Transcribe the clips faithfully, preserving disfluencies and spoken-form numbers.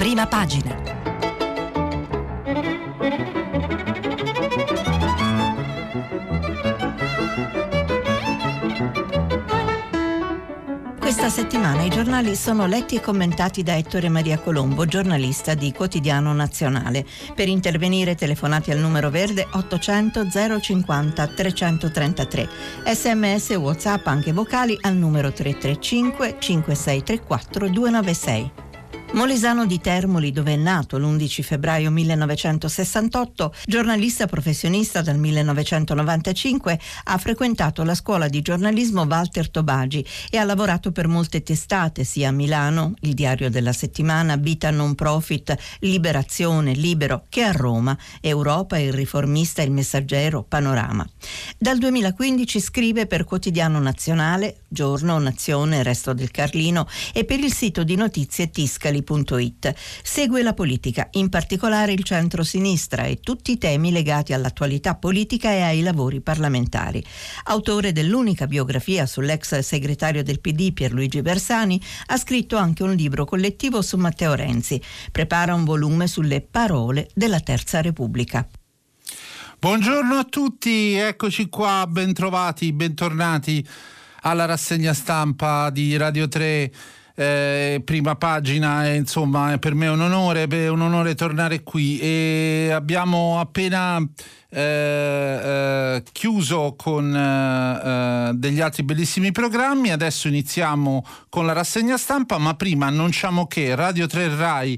Prima pagina. Questa settimana i giornali sono letti e commentati da Ettore Maria Colombo, giornalista di Quotidiano Nazionale. Per intervenire telefonate al numero verde ottocento zero cinquanta trecentotrentatré. Sms e WhatsApp anche vocali al numero tre tre cinque cinque sei tre quattro due nove sei. Molesano di Termoli, dove è nato l'undici febbraio millenovecentosessantotto, giornalista professionista dal millenovecentonovantacinque, ha frequentato la scuola di giornalismo Walter Tobagi e ha lavorato per molte testate, sia a Milano, il Diario della Settimana, Vita Non Profit, Liberazione, Libero, che a Roma, Europa, Il Riformista, Il Messaggero, Panorama. Dal duemilaquindici scrive per Quotidiano Nazionale, Giorno, Nazione, Resto del Carlino e per il sito di notizie Tiscali punto it. Segue la politica, in particolare il centro-sinistra e tutti i temi legati all'attualità politica e ai lavori parlamentari. Autore dell'unica biografia sull'ex segretario del P D Pierluigi Bersani, ha scritto anche un libro collettivo su Matteo Renzi. Prepara un volume sulle parole della Terza Repubblica. Buongiorno a tutti, eccoci qua, bentrovati, bentornati alla rassegna stampa di Radio tre. Eh, prima pagina, eh, insomma, per me è un onore, è un onore tornare qui e abbiamo appena eh, eh, chiuso con eh, eh, degli altri bellissimi programmi. Adesso iniziamo con la rassegna stampa, ma prima annunciamo che Radio tre Rai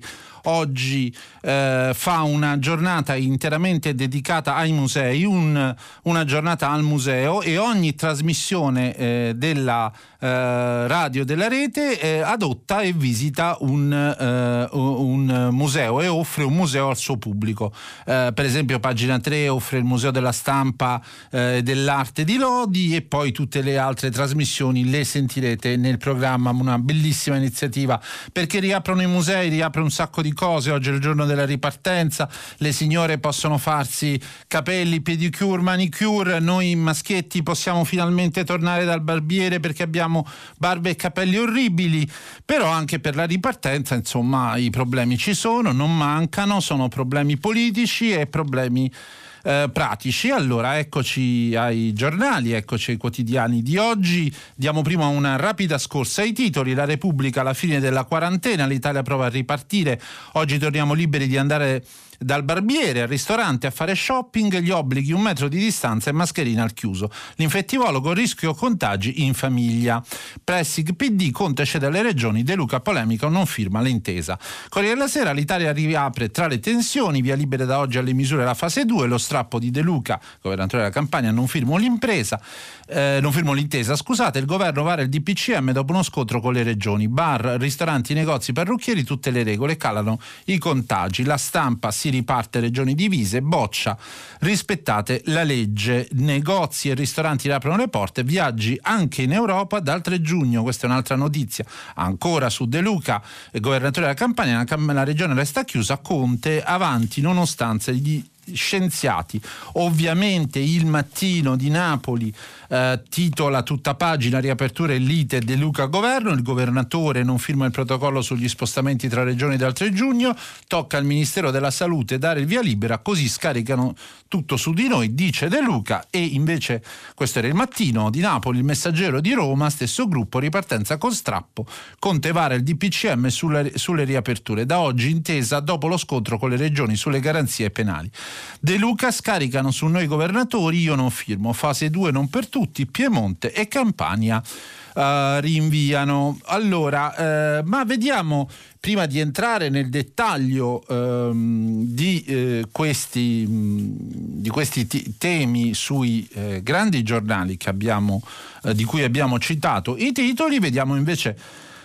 oggi eh, fa una giornata interamente dedicata ai musei, un, una giornata al museo, e ogni trasmissione eh, della eh, radio della rete eh, adotta e visita un, eh, un museo e offre un museo al suo pubblico. Eh, per esempio Pagina tre offre il Museo della Stampa e eh, dell'Arte di Lodi, e poi tutte le altre trasmissioni le sentirete nel programma. Una bellissima iniziativa, perché riaprono i musei, riapre un sacco di cose. Oggi è il giorno della ripartenza, le signore possono farsi capelli, pedicure, manicure, noi maschietti possiamo finalmente tornare dal barbiere perché abbiamo barbe e capelli orribili. Però anche per la ripartenza, insomma, i problemi ci sono, non mancano, sono problemi politici e problemi Eh, pratici. Allora, eccoci ai giornali, eccoci ai quotidiani di oggi. Diamo prima una rapida scorsa ai titoli. La Repubblica, alla fine della quarantena, l'Italia prova a ripartire. Oggi torniamo liberi di andare dal barbiere al ristorante, a fare shopping, gli obblighi, un metro di distanza e mascherina al chiuso. L'infettivologo, rischio contagi in famiglia. Pressing P D, Conte cede alle regioni, De Luca polemica, non firma l'intesa. Corriere della Sera, l'Italia riapre tra le tensioni, via libera da oggi alle misure la fase due, lo strappo di De Luca, governatore della Campania, non firmo l'impresa, eh, non firmo l'intesa, scusate, il governo vara il D P C M dopo uno scontro con le regioni. Bar, ristoranti, negozi, parrucchieri, tutte le regole, calano i contagi. La Stampa, si riparte, regioni divise, boccia, rispettate la legge, negozi e ristoranti riaprono le porte, viaggi anche in Europa dal tre giugno. Questa è un'altra notizia ancora su De Luca, governatore della Campania, la, la regione resta chiusa, Conte avanti nonostante gli scienziati. Ovviamente Il Mattino di Napoli eh, titola tutta pagina: riapertura e lite De Luca governo, il governatore non firma il protocollo sugli spostamenti tra regioni dal tre giugno, tocca al Ministero della Salute dare il via libera, così scaricano tutto su di noi, dice De Luca. E invece questo era Il Mattino di Napoli. Il Messaggero di Roma, stesso gruppo, ripartenza con strappo, Conte vara il D P C M sulle, sulle riaperture, da oggi intesa dopo lo scontro con le regioni sulle garanzie penali. De Luca, scaricano su noi governatori, io non firmo, fase due non per tutti, Piemonte e Campania uh, rinviano. Allora, uh, ma vediamo, prima di entrare nel dettaglio um, di, uh, questi, um, di questi t- temi sui uh, grandi giornali che abbiamo, uh, di cui abbiamo citato i titoli, vediamo invece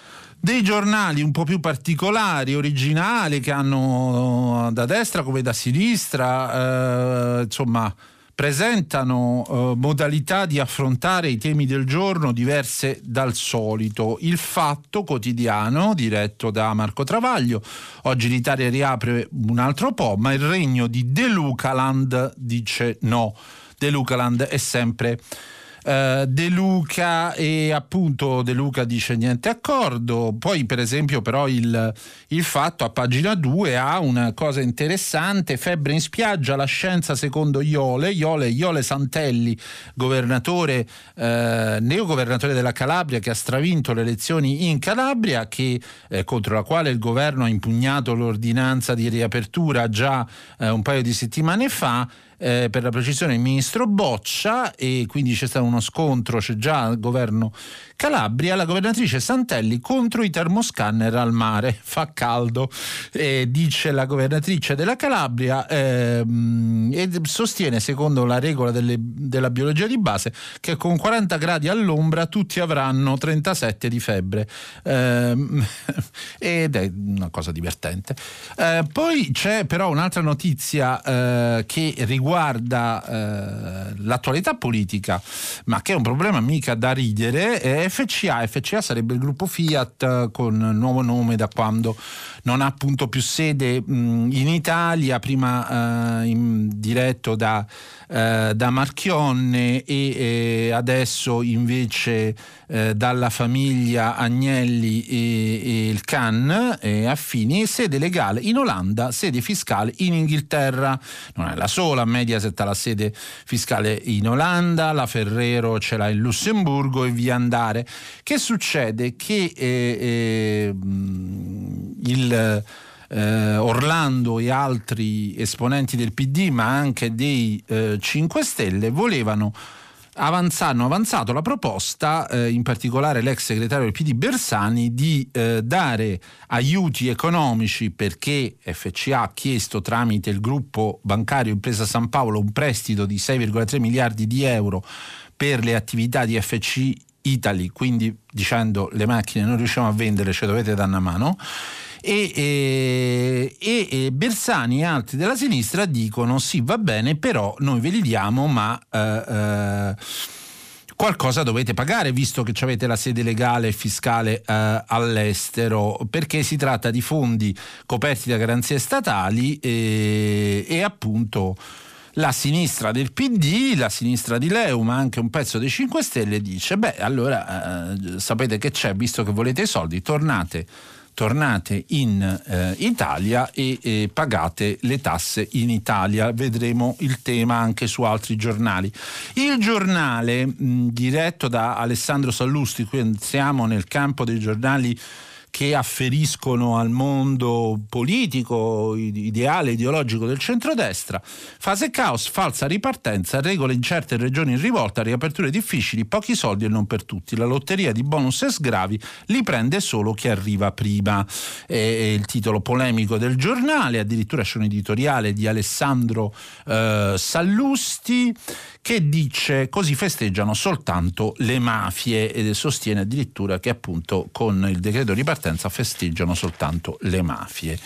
dei giornali un po' più particolari, originali, che hanno da destra come da sinistra, eh, insomma, presentano eh, modalità di affrontare i temi del giorno diverse dal solito. Il Fatto Quotidiano, diretto da Marco Travaglio: oggi l'Italia riapre un altro po', ma il regno di De Lucaland dice no. De Lucaland è sempre eh, De Luca, e appunto De Luca dice niente accordo. Poi per esempio però il, il Fatto a pagina due ha una cosa interessante: febbre in spiaggia, la scienza secondo Iole, Iole, Iole Santelli, governatore, eh, neogovernatore della Calabria, che ha stravinto le elezioni in Calabria, che eh, contro la quale il governo ha impugnato l'ordinanza di riapertura già eh, un paio di settimane fa. Eh, per la precisione il ministro Boccia, e quindi c'è stato uno scontro, c'è già il governo Calabria. La governatrice Santelli contro i termoscanner al mare, fa caldo, eh, dice la governatrice della Calabria, ehm, e sostiene, secondo la regola delle, della biologia di base, che con quaranta gradi all'ombra tutti avranno trentasette di febbre, ehm, ed è una cosa divertente. Eh, poi c'è però un'altra notizia eh, che riguarda riguarda eh, l'attualità politica, ma che è un problema mica da ridere. eh, F C A F C A sarebbe il gruppo Fiat eh, con nuovo nome da quando non ha appunto più sede mh, in Italia, prima eh, in, diretto da, eh, da Marchionne, e eh, adesso invece eh, dalla famiglia Agnelli e, e il Can e affini, sede legale in Olanda, sede fiscale in Inghilterra. Non è la sola, Mediaset ha la sede fiscale in Olanda, la Ferrero ce l'ha in Lussemburgo e via andare. Che succede? Che eh, eh, il eh, Orlando e altri esponenti del P D, ma anche dei eh, cinque Stelle, volevano avanzare, hanno avanzato la proposta, eh, in particolare l'ex segretario del P D Bersani, di eh, dare aiuti economici, perché F C A ha chiesto tramite il gruppo bancario Impresa San Paolo un prestito di sei virgola tre miliardi di euro per le attività di F C Italy, quindi dicendo le macchine non riusciamo a vendere, ce dovete dare una mano. E, e, e Bersani e altri della sinistra dicono sì, va bene, però noi ve li diamo, ma eh, eh, qualcosa dovete pagare, visto che avete la sede legale e fiscale eh, all'estero, perché si tratta di fondi coperti da garanzie statali, e, e appunto la sinistra del P D, la sinistra di Leu, ma anche un pezzo dei cinque Stelle dice beh, allora eh, sapete che c'è, visto che volete i soldi, tornate tornate in eh, Italia e, e pagate le tasse in Italia. Vedremo il tema anche su altri giornali. Il Giornale, mh, diretto da Alessandro Sallusti, qui siamo nel campo dei giornali che afferiscono al mondo politico, ideale, ideologico del centrodestra. Fase caos, falsa ripartenza, regole incerte in regioni in rivolta, riaperture difficili, pochi soldi e non per tutti. La lotteria di bonus e sgravi li prende solo chi arriva prima. È il titolo polemico del Giornale, addirittura c'è un editoriale di Alessandro eh, Sallusti che dice così festeggiano soltanto le mafie, e sostiene addirittura che appunto con il decreto ripartenza festeggiano soltanto le mafie.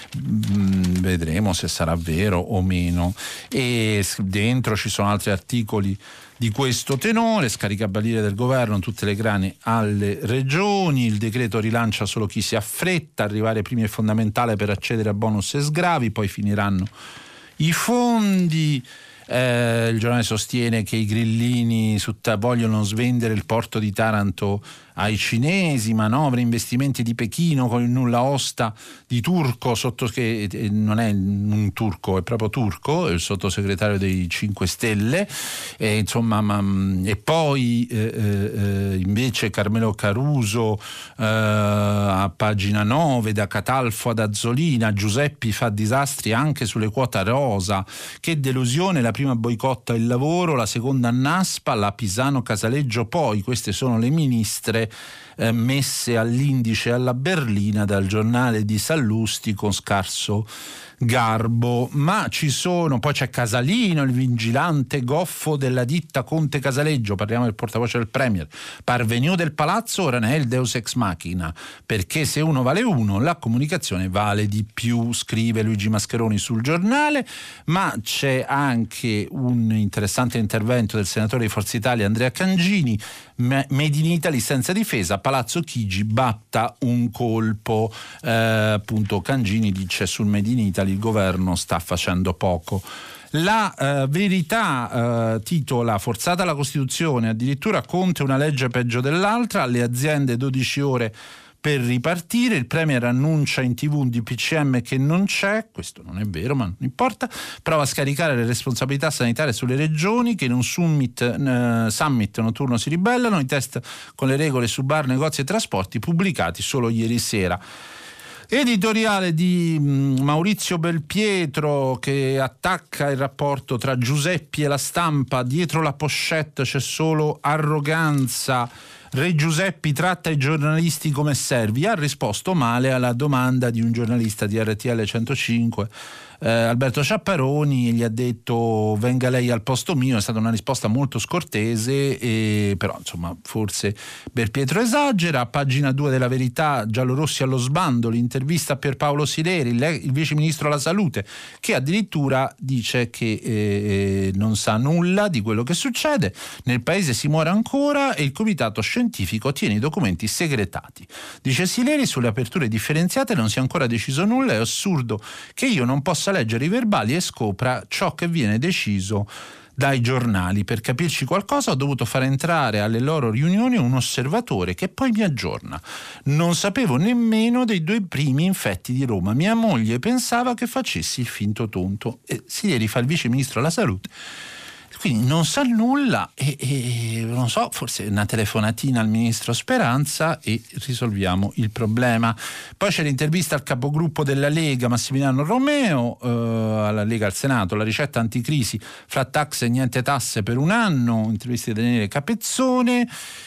Vedremo se sarà vero o meno. E dentro ci sono altri articoli di questo tenore: scaricabarile del governo, tutte le grane alle regioni, il decreto rilancia solo chi si affretta, arrivare primi è fondamentale per accedere a bonus e sgravi, poi finiranno i fondi. Eh, il giornale sostiene che i grillini su ta- vogliono svendere il porto di Taranto ai cinesi, manovre, investimenti di Pechino con il nulla osta di Turco, sotto, che eh, non è un turco, è proprio Turco, è il sottosegretario dei cinque Stelle, e, insomma, ma, e poi eh, eh, invece Carmelo Caruso eh, a pagina nove, da Catalfo ad Azzolina, Giuseppi fa disastri anche sulle quote rosa, che delusione, la prima boicotta il lavoro, la seconda annaspa, la Pisano Casaleggio poi, queste sono le ministre eh, messe all'indice alla berlina dal giornale di Sallusti con scarso garbo. Ma ci sono, poi c'è Casalino, il vigilante goffo della ditta Conte Casaleggio, parliamo del portavoce del Premier, parvenu del palazzo, ora ne è il deus ex machina, perché se uno vale uno la comunicazione vale di più, scrive Luigi Mascheroni sul Giornale. Ma c'è anche un interessante intervento del senatore di Forza Italia Andrea Cangini, Made in Italy senza difesa, Palazzo Chigi batta un colpo. Eh, appunto Cangini dice sul Made in Italy il governo sta facendo poco. La eh, Verità eh, titola: forzata la Costituzione, addirittura Conte una legge peggio dell'altra, alle aziende dodici ore per ripartire, il Premier annuncia in tv un D P C M che non c'è, questo non è vero ma non importa, prova a scaricare le responsabilità sanitarie sulle regioni che in un summit, eh, summit notturno si ribellano, i test con le regole su bar, negozi e trasporti pubblicati solo ieri sera. Editoriale di Maurizio Belpietro che attacca il rapporto tra Giuseppi e la Stampa, dietro la pochette c'è solo arroganza. Re Giuseppi tratta i giornalisti come servi, ha risposto male alla domanda di un giornalista di R T L centocinque, eh, Alberto Ciapparoni, e gli ha detto venga lei al posto mio. È stata una risposta molto scortese, e, però insomma forse Belpietro esagera. A pagina due della Verità, giallorossi allo sbando, l'intervista a Pierpaolo Sileri, il, il vice ministro alla salute, che addirittura dice che eh, non sa nulla di quello che succede, nel paese si muore ancora e il comitato scientifico scientifico ottiene i documenti segretati. Dice Sileri: sulle aperture differenziate non si è ancora deciso nulla, è assurdo che io non possa leggere i verbali e scopra ciò che viene deciso dai giornali. Per capirci qualcosa ho dovuto far entrare alle loro riunioni un osservatore che poi mi aggiorna. Non sapevo nemmeno dei due primi infetti di Roma, mia moglie pensava che facessi il finto tonto. E Sileri fa il vice ministro alla salute, quindi non sa nulla e, e non so, forse una telefonatina al ministro Speranza e risolviamo il problema. Poi c'è l'intervista al capogruppo della Lega Massimiliano Romeo, eh, alla Lega al Senato, la ricetta anticrisi, flat tax e niente tasse per un anno, interviste di Daniele Capezzone.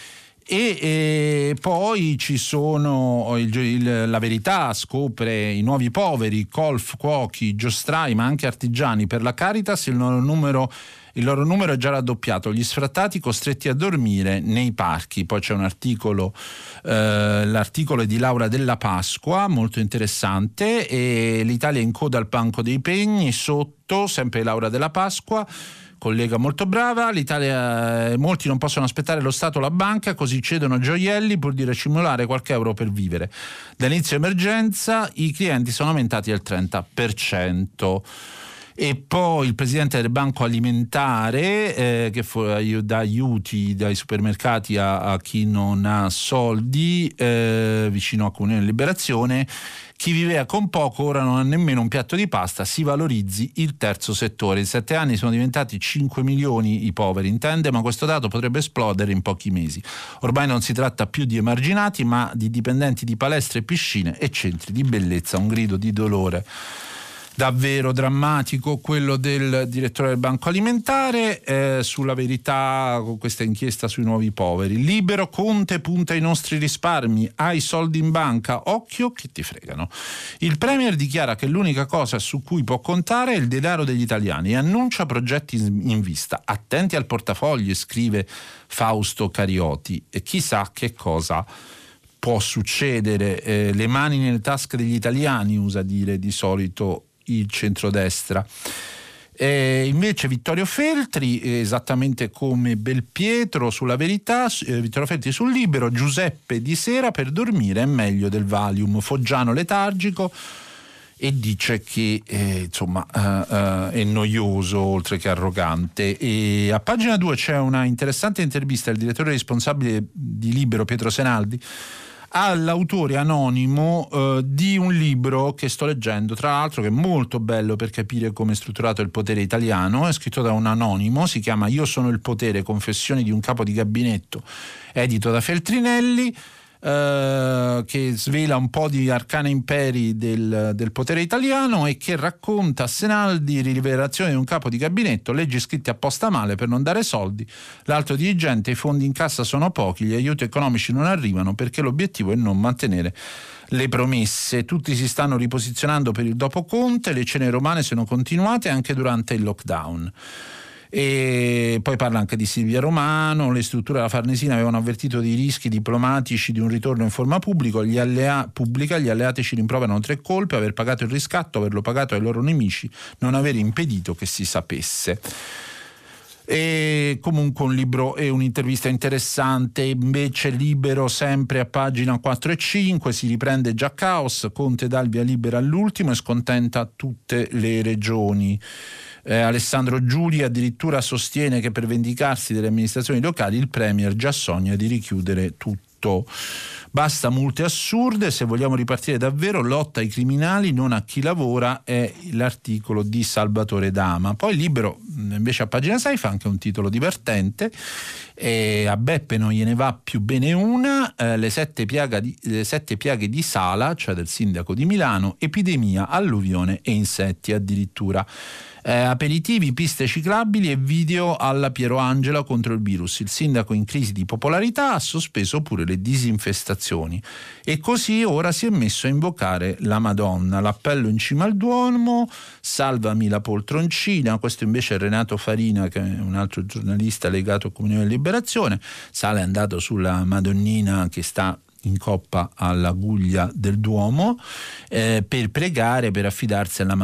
E, e poi ci sono il, il, la Verità scopre i nuovi poveri, colf, cuochi, giostrai ma anche artigiani. Per la Caritas il loro numero Il loro numero è già raddoppiato, gli sfrattati costretti a dormire nei parchi. Poi c'è un articolo, eh, l'articolo è di Laura Della Pasqua, molto interessante, e l'Italia in coda al banco dei pegni, sotto, sempre Laura Della Pasqua, collega molto brava, l'Italia, molti non possono aspettare lo Stato o la banca, così cedono gioielli pur di racimolare qualche euro per vivere. Dall'inizio emergenza i clienti sono aumentati del trenta per cento. E poi il presidente del Banco Alimentare eh, che fu, dà aiuti dai supermercati a, a chi non ha soldi, eh, vicino a Comunione e Liberazione: chi viveva con poco ora non ha nemmeno un piatto di pasta, si valorizzi il terzo settore. In sette anni sono diventati cinque milioni i poveri, intende, ma questo dato potrebbe esplodere in pochi mesi. Ormai non si tratta più di emarginati ma di dipendenti di palestre, piscine e centri di bellezza. Un grido di dolore davvero drammatico quello del direttore del Banco Alimentare. Eh, sulla Verità, con questa inchiesta sui nuovi poveri. Libero: Conte punta i nostri risparmi, hai soldi in banca, occhio che ti fregano. Il Premier dichiara che l'unica cosa su cui può contare è il denaro degli italiani e annuncia progetti in vista. Attenti al portafoglio, scrive Fausto Carioti, e chissà che cosa può succedere. Eh, le mani nelle tasche degli italiani, usa dire di solito il centrodestra. Eh, invece Vittorio Feltri, eh, esattamente come Belpietro sulla Verità, eh, Vittorio Feltri sul Libero: Giuseppe di sera per dormire è meglio del Valium, Foggiano letargico, e dice che eh, insomma uh, uh, è noioso oltre che arrogante. E a pagina due c'è una interessante intervista al direttore responsabile di Libero, Pietro Senaldi, all'autore anonimo eh, di un libro che sto leggendo, tra l'altro, che è molto bello per capire come è strutturato il potere italiano. È scritto da un anonimo, si chiama Io sono il potere, confessioni di un capo di gabinetto, edito da Feltrinelli, eh, che svela un po' di arcane imperi del, del potere italiano e che racconta a Senaldi rivelazioni di un capo di gabinetto, leggi scritte apposta male per non dare soldi, l'altro dirigente, i fondi in cassa sono pochi, gli aiuti economici non arrivano perché l'obiettivo è non mantenere le promesse. Tutti si stanno riposizionando per il dopo Conte, le cene romane sono continuate anche durante il lockdown. E poi parla anche di Silvia Romano. Le strutture della Farnesina avevano avvertito dei rischi diplomatici di un ritorno in forma pubblico, gli allea- pubblica, gli alleati ci rimproverano tre colpe: aver pagato il riscatto, averlo pagato ai loro nemici, non aver impedito che si sapesse. E comunque un libro e un'intervista interessante. Invece Libero, sempre a pagina quattro e cinque, si riprende già Caos, Conte dà il via libera all'ultimo e scontenta tutte le regioni. Eh, Alessandro Giuli addirittura sostiene che per vendicarsi delle amministrazioni locali il Premier già sogna di richiudere tutto. Basta multe assurde, se vogliamo ripartire davvero, lotta ai criminali, non a chi lavora, è l'articolo di Salvatore Dama. Poi Libero invece a pagina sei fa anche un titolo divertente, e a Beppe non gliene va più bene una, eh, le, sette piaghe di, le sette piaghe di Sala, cioè del sindaco di Milano, epidemia, alluvione e insetti addirittura. Eh, aperitivi, piste ciclabili e video alla Piero Angela contro il virus. Il sindaco in crisi di popolarità ha sospeso pure le disinfestazioni e così ora si è messo a invocare la Madonna. L'appello in cima al Duomo, salvami la poltroncina. Questo invece è Renato Farina, che è un altro giornalista legato a Comunione e Liberazione. Sala è andato sulla Madonnina che sta in coppa alla guglia del Duomo eh, per pregare, per affidarsi alla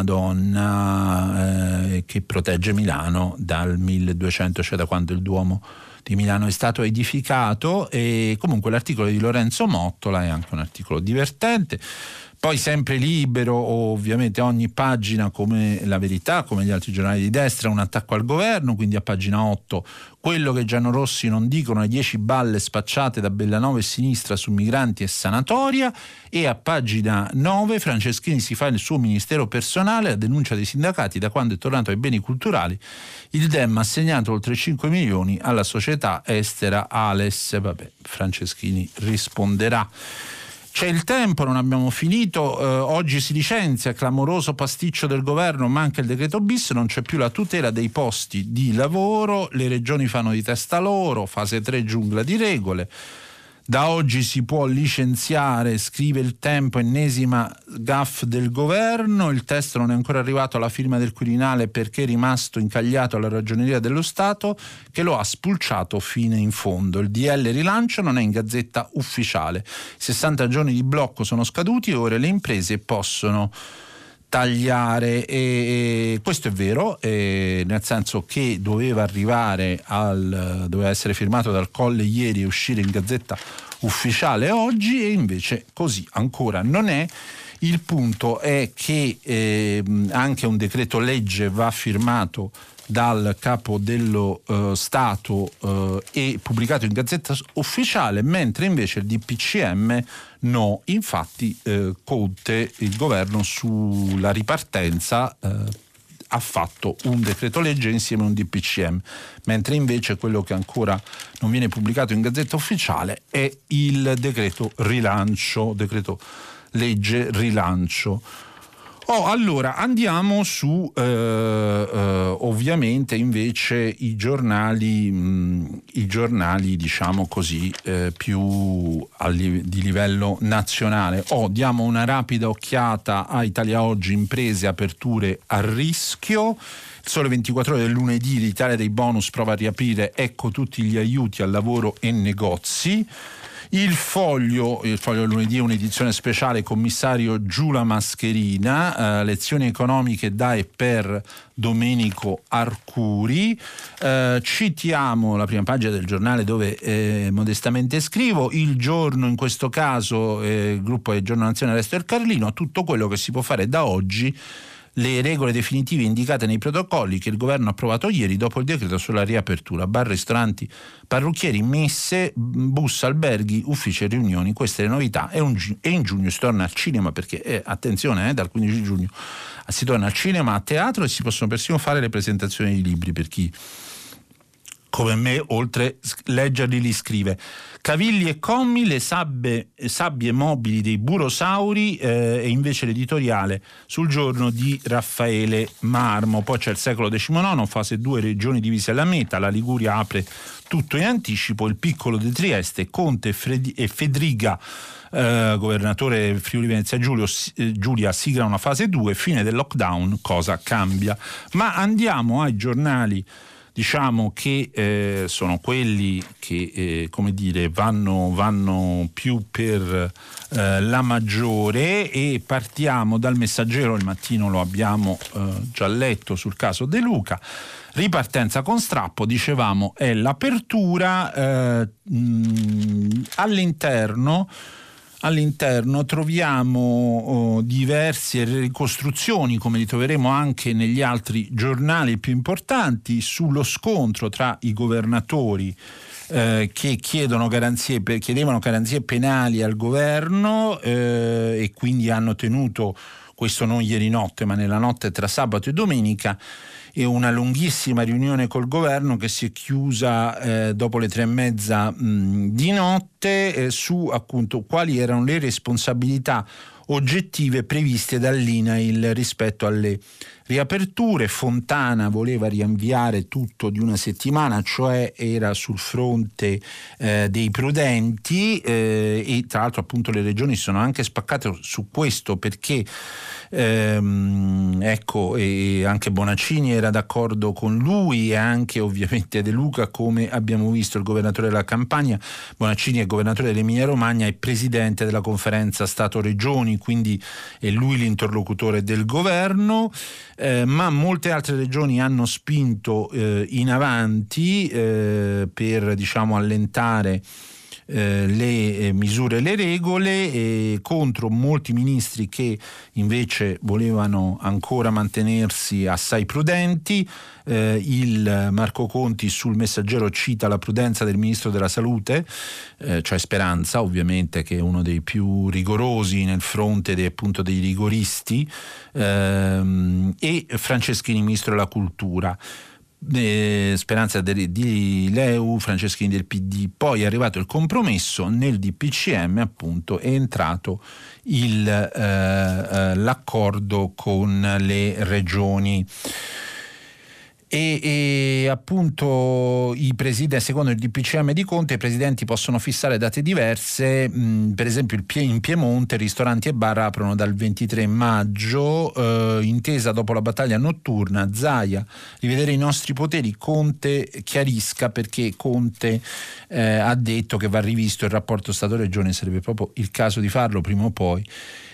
Madonna eh, che protegge Milano dal milleduecento, cioè da quando il Duomo di Milano è stato edificato. E comunque l'articolo di Lorenzo Mottola è anche un articolo divertente. Poi sempre Libero, ovviamente ogni pagina come La Verità, come gli altri giornali di destra, un attacco al governo, quindi a pagina otto quello che giallorossi non dicono, le dieci balle spacciate da Bellanova e sinistra su migranti e sanatoria, e a pagina nove Franceschini si fa il suo ministero personale a denuncia dei sindacati da quando è tornato ai beni culturali. Il Dem ha assegnato oltre cinque milioni alla società estera Ales. Vabbè, Franceschini risponderà. C'è il tempo, non abbiamo finito, eh, oggi si licenzia, clamoroso pasticcio del governo, manca il decreto bis, non c'è più la tutela dei posti di lavoro, le regioni fanno di testa loro, fase tre giungla di regole. Da oggi si può licenziare, scrive il Tempo, ennesima gaffe del governo, il testo non è ancora arrivato alla firma del Quirinale perché è rimasto incagliato alla Ragioneria dello Stato che lo ha spulciato fino in fondo. Il D L rilancio non è in gazzetta ufficiale, sessanta giorni di blocco sono scaduti e ora le imprese possono tagliare, e questo è vero, e nel senso che doveva arrivare al doveva essere firmato dal Colle ieri e uscire in gazzetta ufficiale oggi, e invece così ancora non è. Il punto è che eh, anche un decreto legge va firmato dal capo dello uh, Stato uh, e pubblicato in gazzetta ufficiale, mentre invece il D P C M no. Infatti eh, Conte, il governo sulla ripartenza eh, ha fatto un decreto legge insieme a un D P C M, mentre invece quello che ancora non viene pubblicato in gazzetta ufficiale è il decreto rilancio, decreto legge rilancio. Oh, allora andiamo su eh, eh, ovviamente invece i giornali mh, i giornali diciamo così eh, più a li- di livello nazionale. Oh, diamo una rapida occhiata a Italia Oggi, imprese, aperture a rischio. Il Sole ventiquattro Ore del lunedì, l'Italia dei bonus prova a riaprire, ecco tutti gli aiuti al lavoro e negozi. Il Foglio, il Foglio del lunedì è un'edizione speciale, commissario giù la mascherina, eh, lezioni economiche da e per Domenico Arcuri. Eh, citiamo la prima pagina del giornale dove eh, modestamente scrivo, Il Giorno in questo caso, eh, il gruppo del Giorno Nazione Resto del Carlino, tutto quello che si può fare da oggi, le regole definitive indicate nei protocolli che il governo ha approvato ieri dopo il decreto sulla riapertura, bar, ristoranti, parrucchieri, messe, bus, alberghi, uffici e riunioni. Queste le novità, e, un, e in giugno si torna al cinema perché, eh, attenzione, eh, dal quindici giugno si torna al cinema, a teatro, e si possono persino fare le presentazioni di libri per chi come me oltre leggerli li scrive. Cavilli e Commi, le sabbie, sabbie mobili dei burosauri, eh, e invece l'editoriale sul Giorno di Raffaele Marmo. Poi c'è il Secolo diciannove, fase due, regioni divise alla metà, la Liguria apre tutto in anticipo, il piccolo di Trieste, Conte e, Fred- e Fedriga, eh, governatore Friuli Venezia Giulio, eh, Giulia sigla una fase due, fine del lockdown, cosa cambia? Ma andiamo ai giornali diciamo che eh, sono quelli che eh, come dire vanno, vanno più per eh, la maggiore, e partiamo dal Messaggero. Il Mattino lo abbiamo eh, già letto sul caso De Luca. Ripartenza con strappo, dicevamo, è l'apertura. eh, mh, all'interno All'interno troviamo oh, diverse ricostruzioni, come li troveremo anche negli altri giornali più importanti, sullo scontro tra i governatori eh, che chiedono garanzie, chiedevano garanzie penali al governo eh, e quindi hanno tenuto, questo non ieri notte ma nella notte tra sabato e domenica, e una lunghissima riunione col governo che si è chiusa eh, dopo le tre e mezza mh, di notte eh, su appunto quali erano le responsabilità oggettive previste dall'I N A I L rispetto alle riaperture. Fontana voleva rinviare tutto di una settimana, cioè era sul fronte eh, dei prudenti eh, e tra l'altro appunto le regioni sono anche spaccate su questo, perché ehm, ecco, e anche Bonaccini era d'accordo con lui e anche ovviamente De Luca, come abbiamo visto il governatore della Campania. Bonaccini è governatore dell'Emilia Romagna e presidente della conferenza Stato-Regioni, quindi è lui l'interlocutore del governo. Eh, ma molte altre regioni hanno spinto eh, in avanti eh, per, diciamo, allentare eh, le eh, misure e le regole, e contro molti ministri che invece volevano ancora mantenersi assai prudenti. Eh, il Marco Conti sul Messaggero cita la prudenza del ministro della Salute, eh, cioè Speranza ovviamente, che è uno dei più rigorosi nel fronte dei, appunto dei rigoristi, ehm, e Franceschini, ministro della Cultura. Eh, Speranza de, di L E U, Franceschini del P D. Poi è arrivato il compromesso, nel D P C M appunto è entrato il, eh, l'accordo con le regioni. E, e appunto i presidenti, secondo il D P C M di Conte, i presidenti possono fissare date diverse. Mh, per esempio il Pie, in Piemonte ristoranti e bar aprono dal ventitré maggio, eh, intesa dopo la battaglia notturna. Zaia, rivedere i nostri poteri, Conte chiarisca, perché Conte eh, ha detto che va rivisto il rapporto Stato-Regione, sarebbe proprio il caso di farlo prima o poi.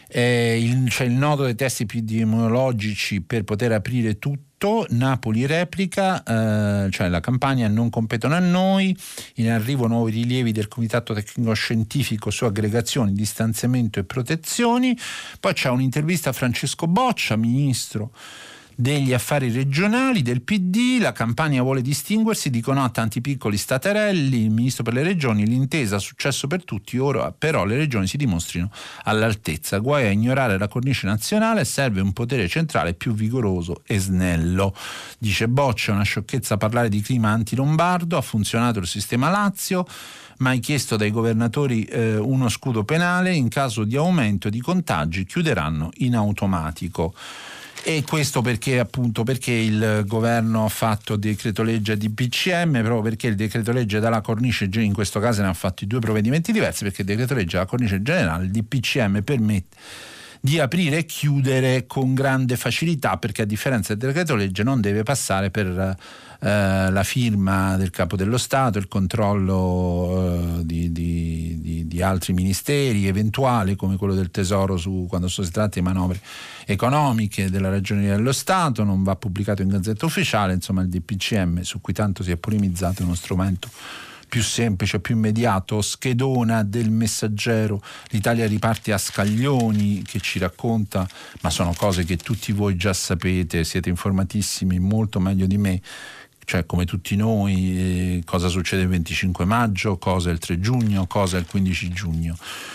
Eh, il, c'è il nodo dei test epidemiologici per poter aprire tutto. Napoli replica, eh, cioè la Campania non competono a noi, in arrivo nuovi rilievi del Comitato Tecnico Scientifico su aggregazioni, distanziamento e protezioni. Poi c'è un'intervista a Francesco Boccia, ministro degli affari regionali del P D. La Campania vuole distinguersi, dicono a tanti piccoli staterelli. Il ministro per le regioni, l'intesa successo per tutti, ora però le regioni si dimostrino all'altezza, guai a ignorare la cornice nazionale, serve un potere centrale più vigoroso e snello. Dice Boccia, una sciocchezza parlare di clima anti-lombardo, ha funzionato il sistema Lazio, mai chiesto dai governatori eh, uno scudo penale, in caso di aumento di contagi chiuderanno in automatico. E questo perché appunto perché il governo ha fatto decreto legge di D P C M, proprio perché il decreto legge dalla cornice, in questo caso ne ha fatti due provvedimenti diversi, perché il decreto legge dalla cornice generale, il D P C M permette di aprire e chiudere con grande facilità, perché a differenza del decreto legge non deve passare per eh, la firma del Capo dello Stato, il controllo eh, di, di, di, di altri ministeri eventuali, come quello del Tesoro su quando si tratta di manovre economiche, della Ragioneria dello Stato, non va pubblicato in Gazzetta Ufficiale. Insomma, il D P C M, su cui tanto si è polemizzato, è uno strumento più semplice, più immediato. Schedona del Messaggero, l'Italia riparte a scaglioni, che ci racconta, ma sono cose che tutti voi già sapete, siete informatissimi molto meglio di me, cioè come tutti noi, eh, cosa succede il venticinque maggio, cosa il tre giugno, cosa il quindici giugno.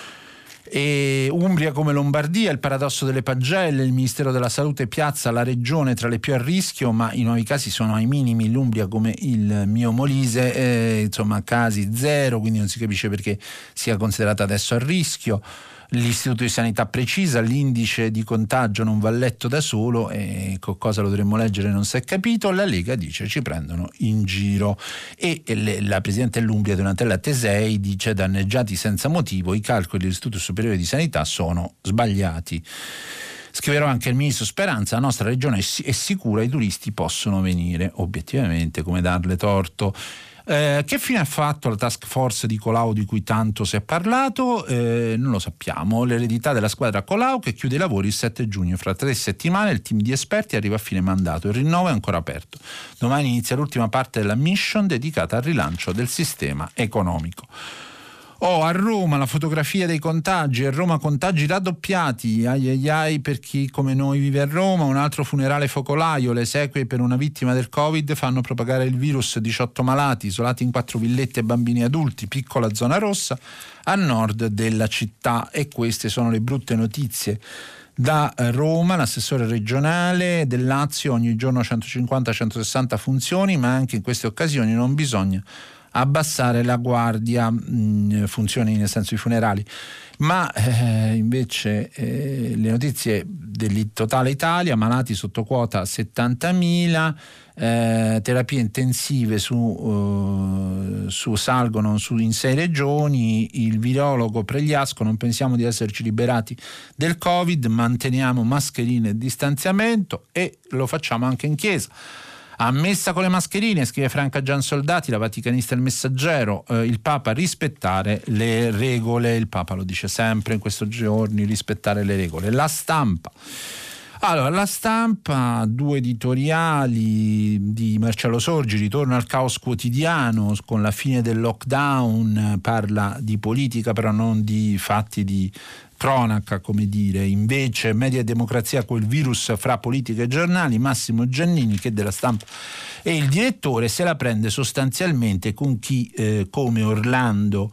E Umbria come Lombardia, il paradosso delle pagelle, il Ministero della Salute piazza la regione tra le più a rischio, ma i nuovi casi sono ai minimi. L'Umbria, come il mio Molise, eh, insomma casi zero, quindi non si capisce perché sia considerata adesso a rischio. L'Istituto di Sanità precisa, l'indice di contagio non va letto da solo, e con cosa lo dovremmo leggere non si è capito. La Lega dice ci prendono in giro, e le, la Presidente dell'Umbria Donatella Tesei dice danneggiati senza motivo, i calcoli dell'Istituto Superiore di Sanità sono sbagliati. Scriverò anche il ministro Speranza: la nostra regione è sicura, i turisti possono venire. Obiettivamente, come darle torto? Eh, che fine ha fatto la task force di Colau di cui tanto si è parlato? Eh, non lo sappiamo. L'eredità della squadra Colau, che chiude i lavori il sette giugno. Fra tre settimane il team di esperti arriva a fine mandato. Il rinnovo è ancora aperto. Domani inizia l'ultima parte della mission dedicata al rilancio del sistema economico. Oh, a Roma la fotografia dei contagi, a Roma contagi raddoppiati, ai ai ai per chi come noi vive a Roma, un altro funerale focolaio, le esequie per una vittima del Covid fanno propagare il virus, diciotto malati, isolati in quattro villette e bambini adulti, piccola zona rossa a nord della città. E queste sono le brutte notizie. Da Roma, l'assessore regionale del Lazio: ogni giorno centocinquanta centosessanta funzioni, ma anche in queste occasioni non bisogna abbassare la guardia, mh, funzioni nel senso i funerali, ma eh, invece eh, le notizie del totale Italia: malati sotto quota settantamila, eh, terapie intensive su, uh, su salgono su, in sei regioni, il virologo Pregliasco: non pensiamo di esserci liberati del Covid, manteniamo mascherine e distanziamento e lo facciamo anche in chiesa. Ammessa con le mascherine, scrive Franca Giansoldati, la vaticanista Il Messaggero, eh, il Papa: rispettare le regole. Il Papa lo dice sempre in questi giorni, rispettare le regole. La Stampa. Allora, La Stampa, due editoriali di Marcello Sorgi: ritorno al caos quotidiano con la fine del lockdown, parla di politica però non di fatti di cronaca, come dire. Invece Media e Democrazia, quel virus fra politica e giornali, Massimo Giannini, che della Stampa è il direttore, se la prende sostanzialmente con chi eh, come Orlando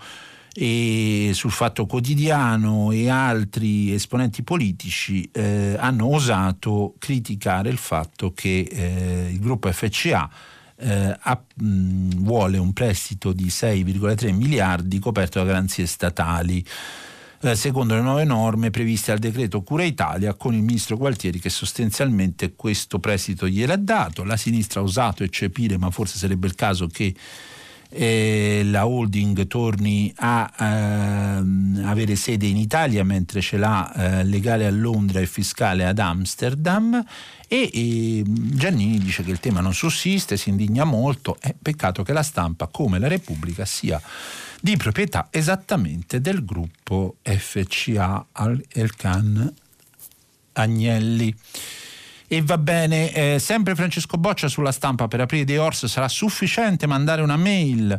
e sul Fatto Quotidiano e altri esponenti politici eh, hanno osato criticare il fatto che eh, il gruppo F C A eh, ha, mh, vuole un prestito di sei virgola tre miliardi coperto da garanzie statali, Eh, secondo le nuove norme previste al decreto Cura Italia, con il ministro Gualtieri che sostanzialmente questo prestito gliel'ha dato. La sinistra ha osato eccepire, ma forse sarebbe il caso che eh, la holding torni a eh, avere sede in Italia, mentre ce l'ha eh, legale a Londra e fiscale ad Amsterdam. E, e Giannini dice che il tema non sussiste, si indigna molto. È peccato che La Stampa, come la Repubblica, sia di proprietà esattamente del gruppo F C A Elkann Agnelli. E va bene, eh, sempre Francesco Boccia sulla Stampa: per aprire dei Ors sarà sufficiente mandare una mail.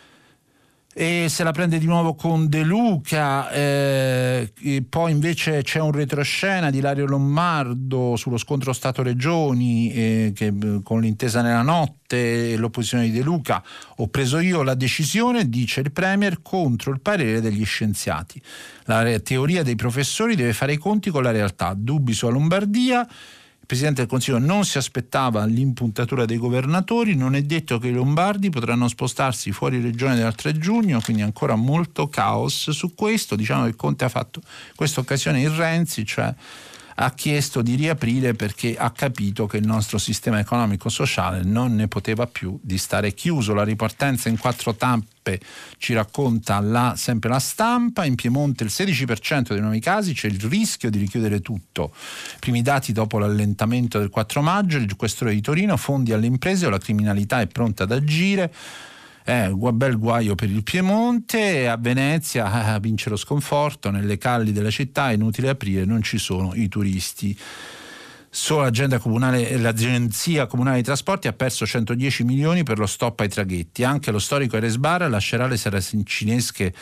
E se la prende di nuovo con De Luca, eh, e poi invece c'è un retroscena di Ilario Lombardo sullo scontro Stato-Regioni, eh, che, con l'intesa nella notte, l'opposizione di De Luca: ho preso io la decisione, dice il Premier, contro il parere degli scienziati. La teoria dei professori deve fare i conti con la realtà. Dubbi sulla Lombardia. Il Presidente del Consiglio non si aspettava l'impuntatura dei governatori, non è detto che i lombardi potranno spostarsi fuori regione dal tre giugno, quindi ancora molto caos su questo. Diciamo che Conte ha fatto questa occasione in Renzi, cioè ha chiesto di riaprire perché ha capito che il nostro sistema economico-sociale non ne poteva più di stare chiuso. La ripartenza in quattro tappe ci racconta la, sempre La Stampa. In Piemonte il sedici per cento dei nuovi casi, c'è il rischio di richiudere tutto. Primi dati dopo l'allentamento del quattro maggio, il questore di Torino: fondi alle imprese o la criminalità è pronta ad agire. Eh, bel guaio per il Piemonte. A Venezia eh, vince lo sconforto, nelle calli della città è inutile aprire, non ci sono i turisti. Solo l'agenda comunale, l'agenzia comunale di trasporti ha perso centodieci milioni per lo stop ai traghetti. Anche lo storico Eresbar lascerà le saracinesche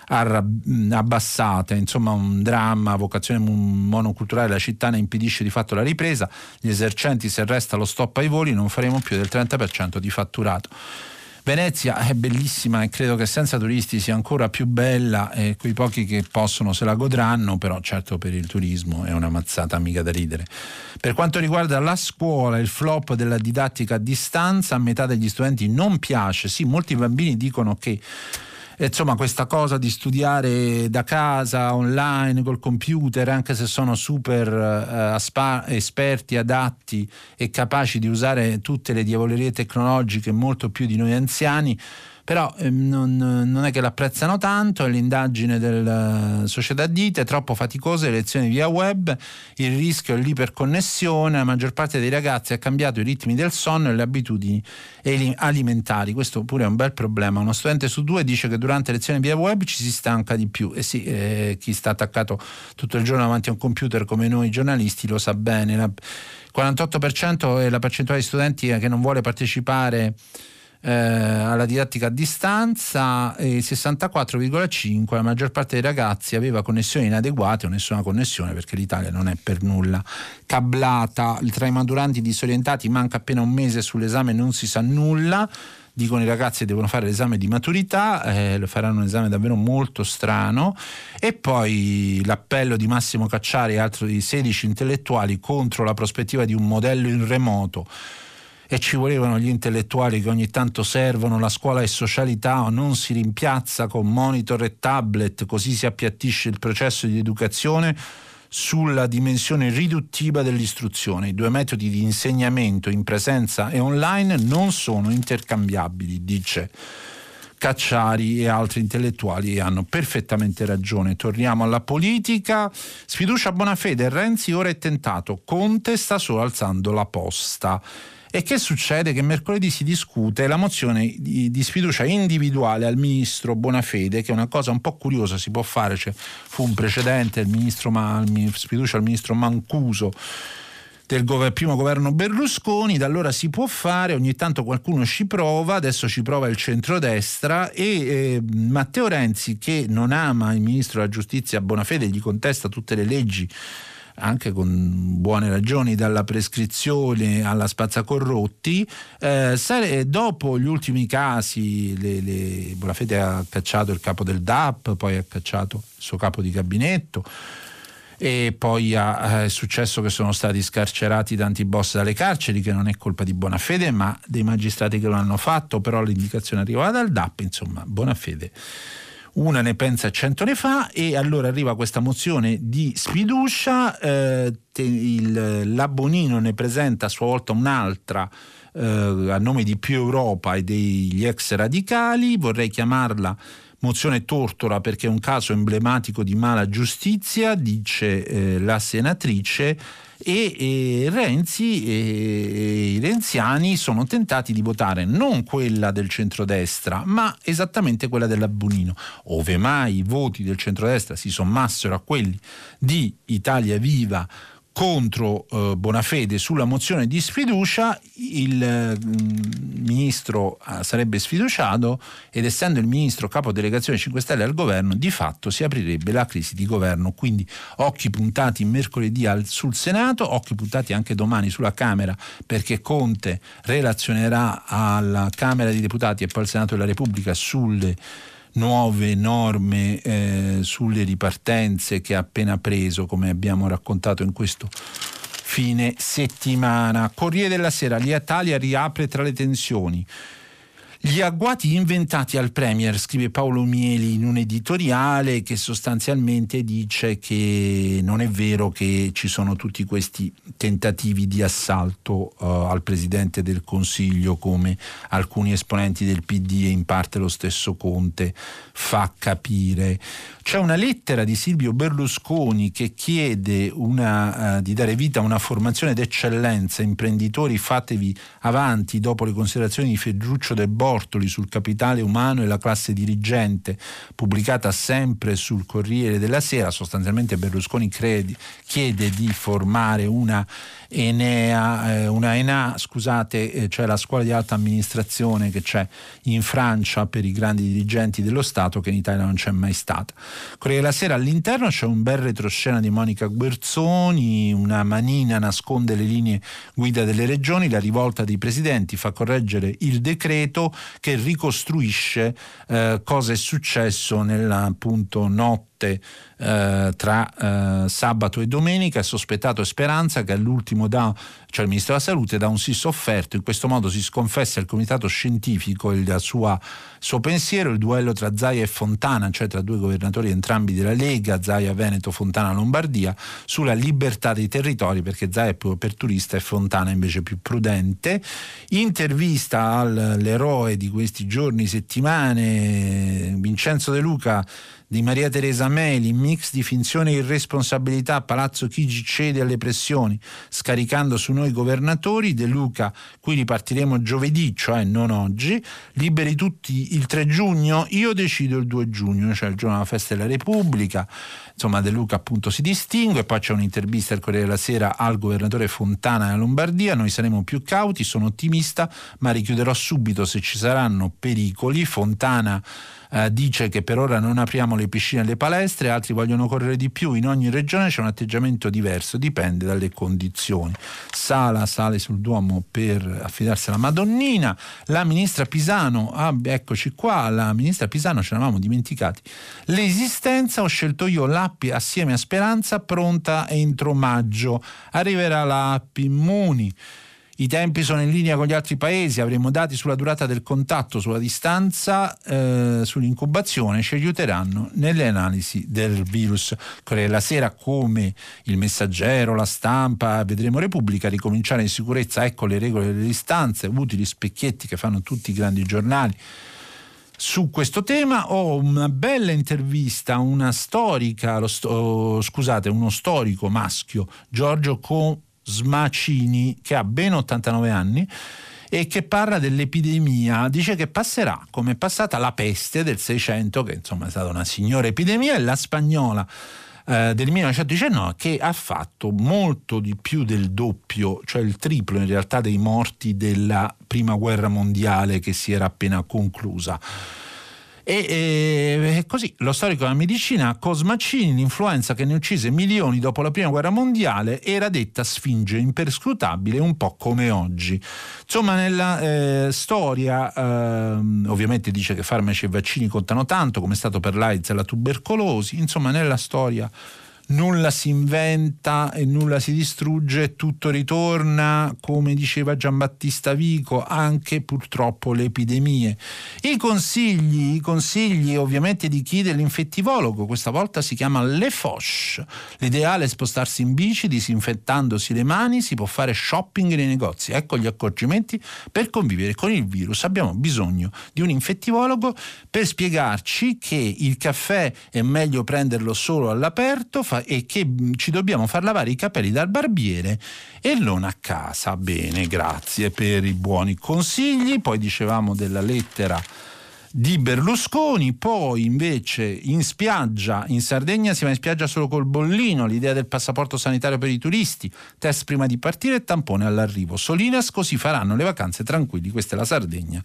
abbassate, insomma un dramma. Vocazione monoculturale, la città ne impedisce di fatto la ripresa. Gli esercenti: se resta lo stop ai voli non faremo più del trenta per cento di fatturato. Venezia è bellissima e credo che senza turisti sia ancora più bella, e quei pochi che possono se la godranno, però certo per il turismo è una mazzata mica da ridere. Per quanto riguarda la scuola, il flop della didattica a distanza, a metà degli studenti non piace. Sì, molti bambini dicono che insomma questa cosa di studiare da casa, online, col computer, anche se sono super eh, aspa- esperti, adatti e capaci di usare tutte le diavolerie tecnologiche molto più di noi anziani, però eh, non, non è che l'apprezzano tanto. È l'indagine del uh, Società Dite, troppo faticose le lezioni via web, il rischio è l'iperconnessione, la maggior parte dei ragazzi ha cambiato i ritmi del sonno e le abitudini alimentari. Questo pure è un bel problema. Uno studente su due dice che durante le lezioni via web ci si stanca di più, e sì, eh, chi sta attaccato tutto il giorno davanti a un computer come noi giornalisti lo sa bene. La quarantotto per cento è la percentuale di studenti che non vuole partecipare eh, alla didattica a distanza, e il sessantaquattro virgola cinque per cento, la maggior parte dei ragazzi aveva connessioni inadeguate o nessuna connessione, perché l'Italia non è per nulla cablata. Tra i maturanti disorientati manca appena un mese sull'esame, non si sa nulla. Dicono i ragazzi che devono fare l'esame di maturità, eh, lo faranno un esame davvero molto strano. E poi l'appello di Massimo Cacciari e altri sedici intellettuali contro la prospettiva di un modello in remoto. E ci volevano gli intellettuali che ogni tanto servono. La scuola è socialità, o non si rimpiazza con monitor e tablet, così si appiattisce il processo di educazione sulla dimensione riduttiva dell'istruzione. I due metodi di insegnamento in presenza e online non sono intercambiabili, dice Cacciari, e altri intellettuali hanno perfettamente ragione. Torniamo alla politica. Sfiducia Bonafede, Renzi ora è tentato, Conte sta solo alzando la posta. E che succede? Che mercoledì si discute la mozione di, di sfiducia individuale al ministro Bonafede, che è una cosa un po' curiosa, si può fare. Cioè, fu un precedente, il ministro Malmi, sfiducia al ministro Mancuso del gov- primo governo Berlusconi, da allora si può fare, ogni tanto qualcuno ci prova, adesso ci prova il centrodestra, e eh, Matteo Renzi, che non ama il ministro della giustizia Bonafede, gli contesta tutte le leggi, anche con buone ragioni, dalla prescrizione alla spazzacorrotti, eh, sare- dopo gli ultimi casi le, le, Bonafede ha cacciato il capo del D A P, poi ha cacciato il suo capo di gabinetto, e poi ha, è successo che sono stati scarcerati tanti boss dalle carceri, che non è colpa di Bonafede ma dei magistrati che lo hanno fatto, però l'indicazione arrivava dal D A P. Insomma, Bonafede una ne pensa e cento ne fa, e allora arriva questa mozione di sfiducia, eh, te, il, la Bonino ne presenta a sua volta un'altra eh, a nome di Più Europa e degli ex radicali. Vorrei chiamarla mozione Tortora perché è un caso emblematico di mala giustizia, dice eh, la senatrice, e, e Renzi e, e i renziani sono tentati di votare non quella del centrodestra ma esattamente quella della Bonino. Ove mai i voti del centrodestra si sommassero a quelli di Italia Viva contro eh, Bonafede sulla mozione di sfiducia, il eh, ministro eh, sarebbe sfiduciato, ed essendo il ministro capo delegazione cinque Stelle al governo, di fatto si aprirebbe la crisi di governo. Quindi occhi puntati mercoledì al, sul Senato, occhi puntati anche domani sulla Camera, perché Conte relazionerà alla Camera dei Deputati e poi al Senato della Repubblica sulle nuove norme eh, sulle ripartenze che ha appena preso, come abbiamo raccontato in questo fine settimana. Corriere della Sera, l'Italia riapre tra le tensioni. Gli agguati inventati al Premier, scrive Paolo Mieli in un editoriale che sostanzialmente dice che non è vero che ci sono tutti questi tentativi di assalto uh, al Presidente del Consiglio, come alcuni esponenti del P D e in parte lo stesso Conte fa capire. C'è una lettera di Silvio Berlusconi che chiede una, uh, di dare vita a una formazione d'eccellenza. Imprenditori, fatevi avanti, dopo le considerazioni di Ferruccio De Bortoli sul capitale umano e la classe dirigente, pubblicata sempre sul Corriere della Sera. Sostanzialmente Berlusconi crede, chiede di formare una Enea, eh, una ENA, scusate, eh, cioè la scuola di alta amministrazione che c'è in Francia per i grandi dirigenti dello Stato, che in Italia non c'è mai stata. Corriere della Sera, all'interno c'è un bel retroscena di Monica Guerzoni, una manina nasconde le linee guida delle regioni, la rivolta dei presidenti fa correggere il decreto che ricostruisce eh, cosa è successo nella appunto notte notte eh, tra eh, sabato e domenica. Il sospettato è Speranza, che all'ultimo dà, cioè il Ministro della Salute, dà un sì sofferto. In questo modo si sconfessa il comitato scientifico e il sua, suo pensiero. Il duello tra Zaia e Fontana, cioè tra due governatori entrambi della Lega, Zaia Veneto, Fontana Lombardia, sulla libertà dei territori, perché Zaia è più aperturista e Fontana invece più prudente. Intervista all'eroe di questi giorni, settimane, Vincenzo De Luca, di Maria Teresa Meli, mix di finzione e irresponsabilità. Palazzo Chigi cede alle pressioni scaricando su noi governatori. De Luca: qui ripartiremo giovedì, cioè non oggi. Liberi tutti il tre giugno, io decido il due giugno, cioè il giorno della festa della Repubblica. Insomma, De Luca appunto si distingue. Poi c'è un'intervista al Corriere della Sera al governatore Fontana della Lombardia: noi saremo più cauti, sono ottimista ma richiuderò subito se ci saranno pericoli. Fontana eh, dice che per ora non apriamo le piscine e le palestre, altri vogliono correre di più. In ogni regione c'è un atteggiamento diverso, dipende dalle condizioni. Sala sale sul Duomo per affidarsi alla Madonnina. La ministra Pisano, ah, eccoci qua, la ministra Pisano, ce l'avevamo dimenticati. L'esistenza, ho scelto io l'app assieme a Speranza, pronta entro maggio. Arriverà l'app Immuni. I tempi sono in linea con gli altri paesi, avremo dati sulla durata del contatto, sulla distanza, eh, sull'incubazione, ci aiuteranno nelle analisi del virus. Corriere della Sera, come Il Messaggero, La Stampa, vedremo Repubblica, ricominciare in sicurezza, ecco le regole delle distanze, utili specchietti che fanno tutti i grandi giornali. Su questo tema ho una bella intervista a una storica, lo sto, scusate, uno storico maschio, Giorgio Cosmacini, che ha ben ottantanove anni e che parla dell'epidemia. Dice che passerà come è passata la peste del Seicento, che insomma è stata una signora epidemia, e la spagnola eh, del millenovecentodiciannove, che ha fatto molto di più del doppio, cioè il triplo in realtà, dei morti della prima guerra mondiale che si era appena conclusa. E, e così lo storico della medicina Cosmacini: l'influenza che ne uccise milioni dopo la prima guerra mondiale era detta sfinge imperscrutabile, un po' come oggi. Insomma, nella eh, storia eh, ovviamente dice che farmaci e vaccini contano tanto, come è stato per l'AIDS e la tubercolosi. Insomma, nella storia nulla si inventa e nulla si distrugge, tutto ritorna, come diceva Giambattista Vico, anche purtroppo le epidemie. I consigli, i consigli ovviamente di chi? Dell'infettivologo, questa volta si chiama Le Foch. L'ideale è spostarsi in bici, disinfettandosi le mani, si può fare shopping nei negozi. Ecco gli accorgimenti per convivere con il virus. Abbiamo bisogno di un infettivologo per spiegarci che il caffè è meglio prenderlo solo all'aperto, e che ci dobbiamo far lavare i capelli dal barbiere e non a casa. Bene, grazie per i buoni consigli. Poi dicevamo della lettera di Berlusconi. Poi invece in spiaggia, in Sardegna si va in spiaggia solo col bollino, l'idea del passaporto sanitario per i turisti, test prima di partire e tampone all'arrivo. Solinas: così faranno le vacanze tranquilli. Questa è la Sardegna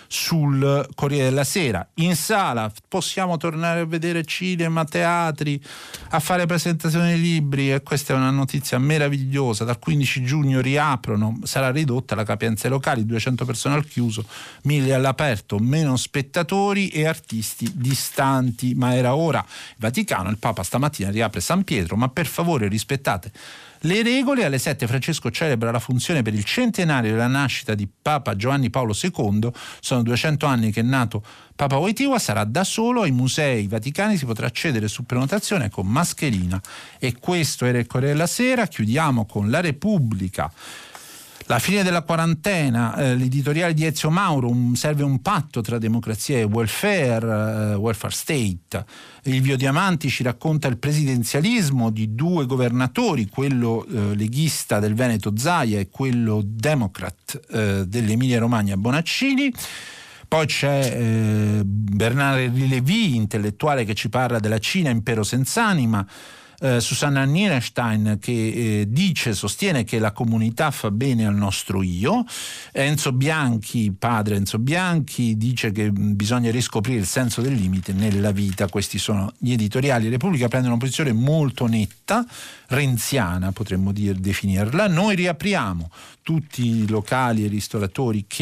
sul Corriere della Sera. In sala possiamo tornare a vedere cinema, teatri, a fare presentazioni di libri, e questa è una notizia meravigliosa. Dal quindici giugno riaprono, sarà ridotta la capienza ai locali, duecento persone al chiuso, mille all'aperto, meno spettatori e artisti distanti. Ma era ora. Il Vaticano, il Papa stamattina riapre San Pietro, ma per favore rispettate le regole. Alle sette Francesco celebra la funzione per il centenario della nascita di Papa Giovanni Paolo secondo. Sono duecento anni che è nato Papa Wojtyła. Sarà da solo, ai musei vaticani si potrà accedere su prenotazione con mascherina. E questo era il Corriere della Sera. Chiudiamo con la Repubblica. La fine della quarantena, eh, l'editoriale di Ezio Mauro, un, serve un patto tra democrazia e welfare, eh, welfare state. Il Biodiamanti ci racconta il presidenzialismo di due governatori, quello eh, leghista del Veneto Zaia e quello democrat eh, dell'Emilia Romagna Bonaccini. Poi c'è eh, Bernard Lévy, intellettuale, che ci parla della Cina impero senz'anima. Uh, Susanna Nierenstein, che eh, dice, sostiene che la comunità fa bene al nostro io. Enzo Bianchi, padre Enzo Bianchi, dice che mh, bisogna riscoprire il senso del limite nella vita. Questi sono gli editoriali. Repubblica prende una posizione molto netta, renziana potremmo dire, definirla. Noi riapriamo tutti i locali e ristoratori che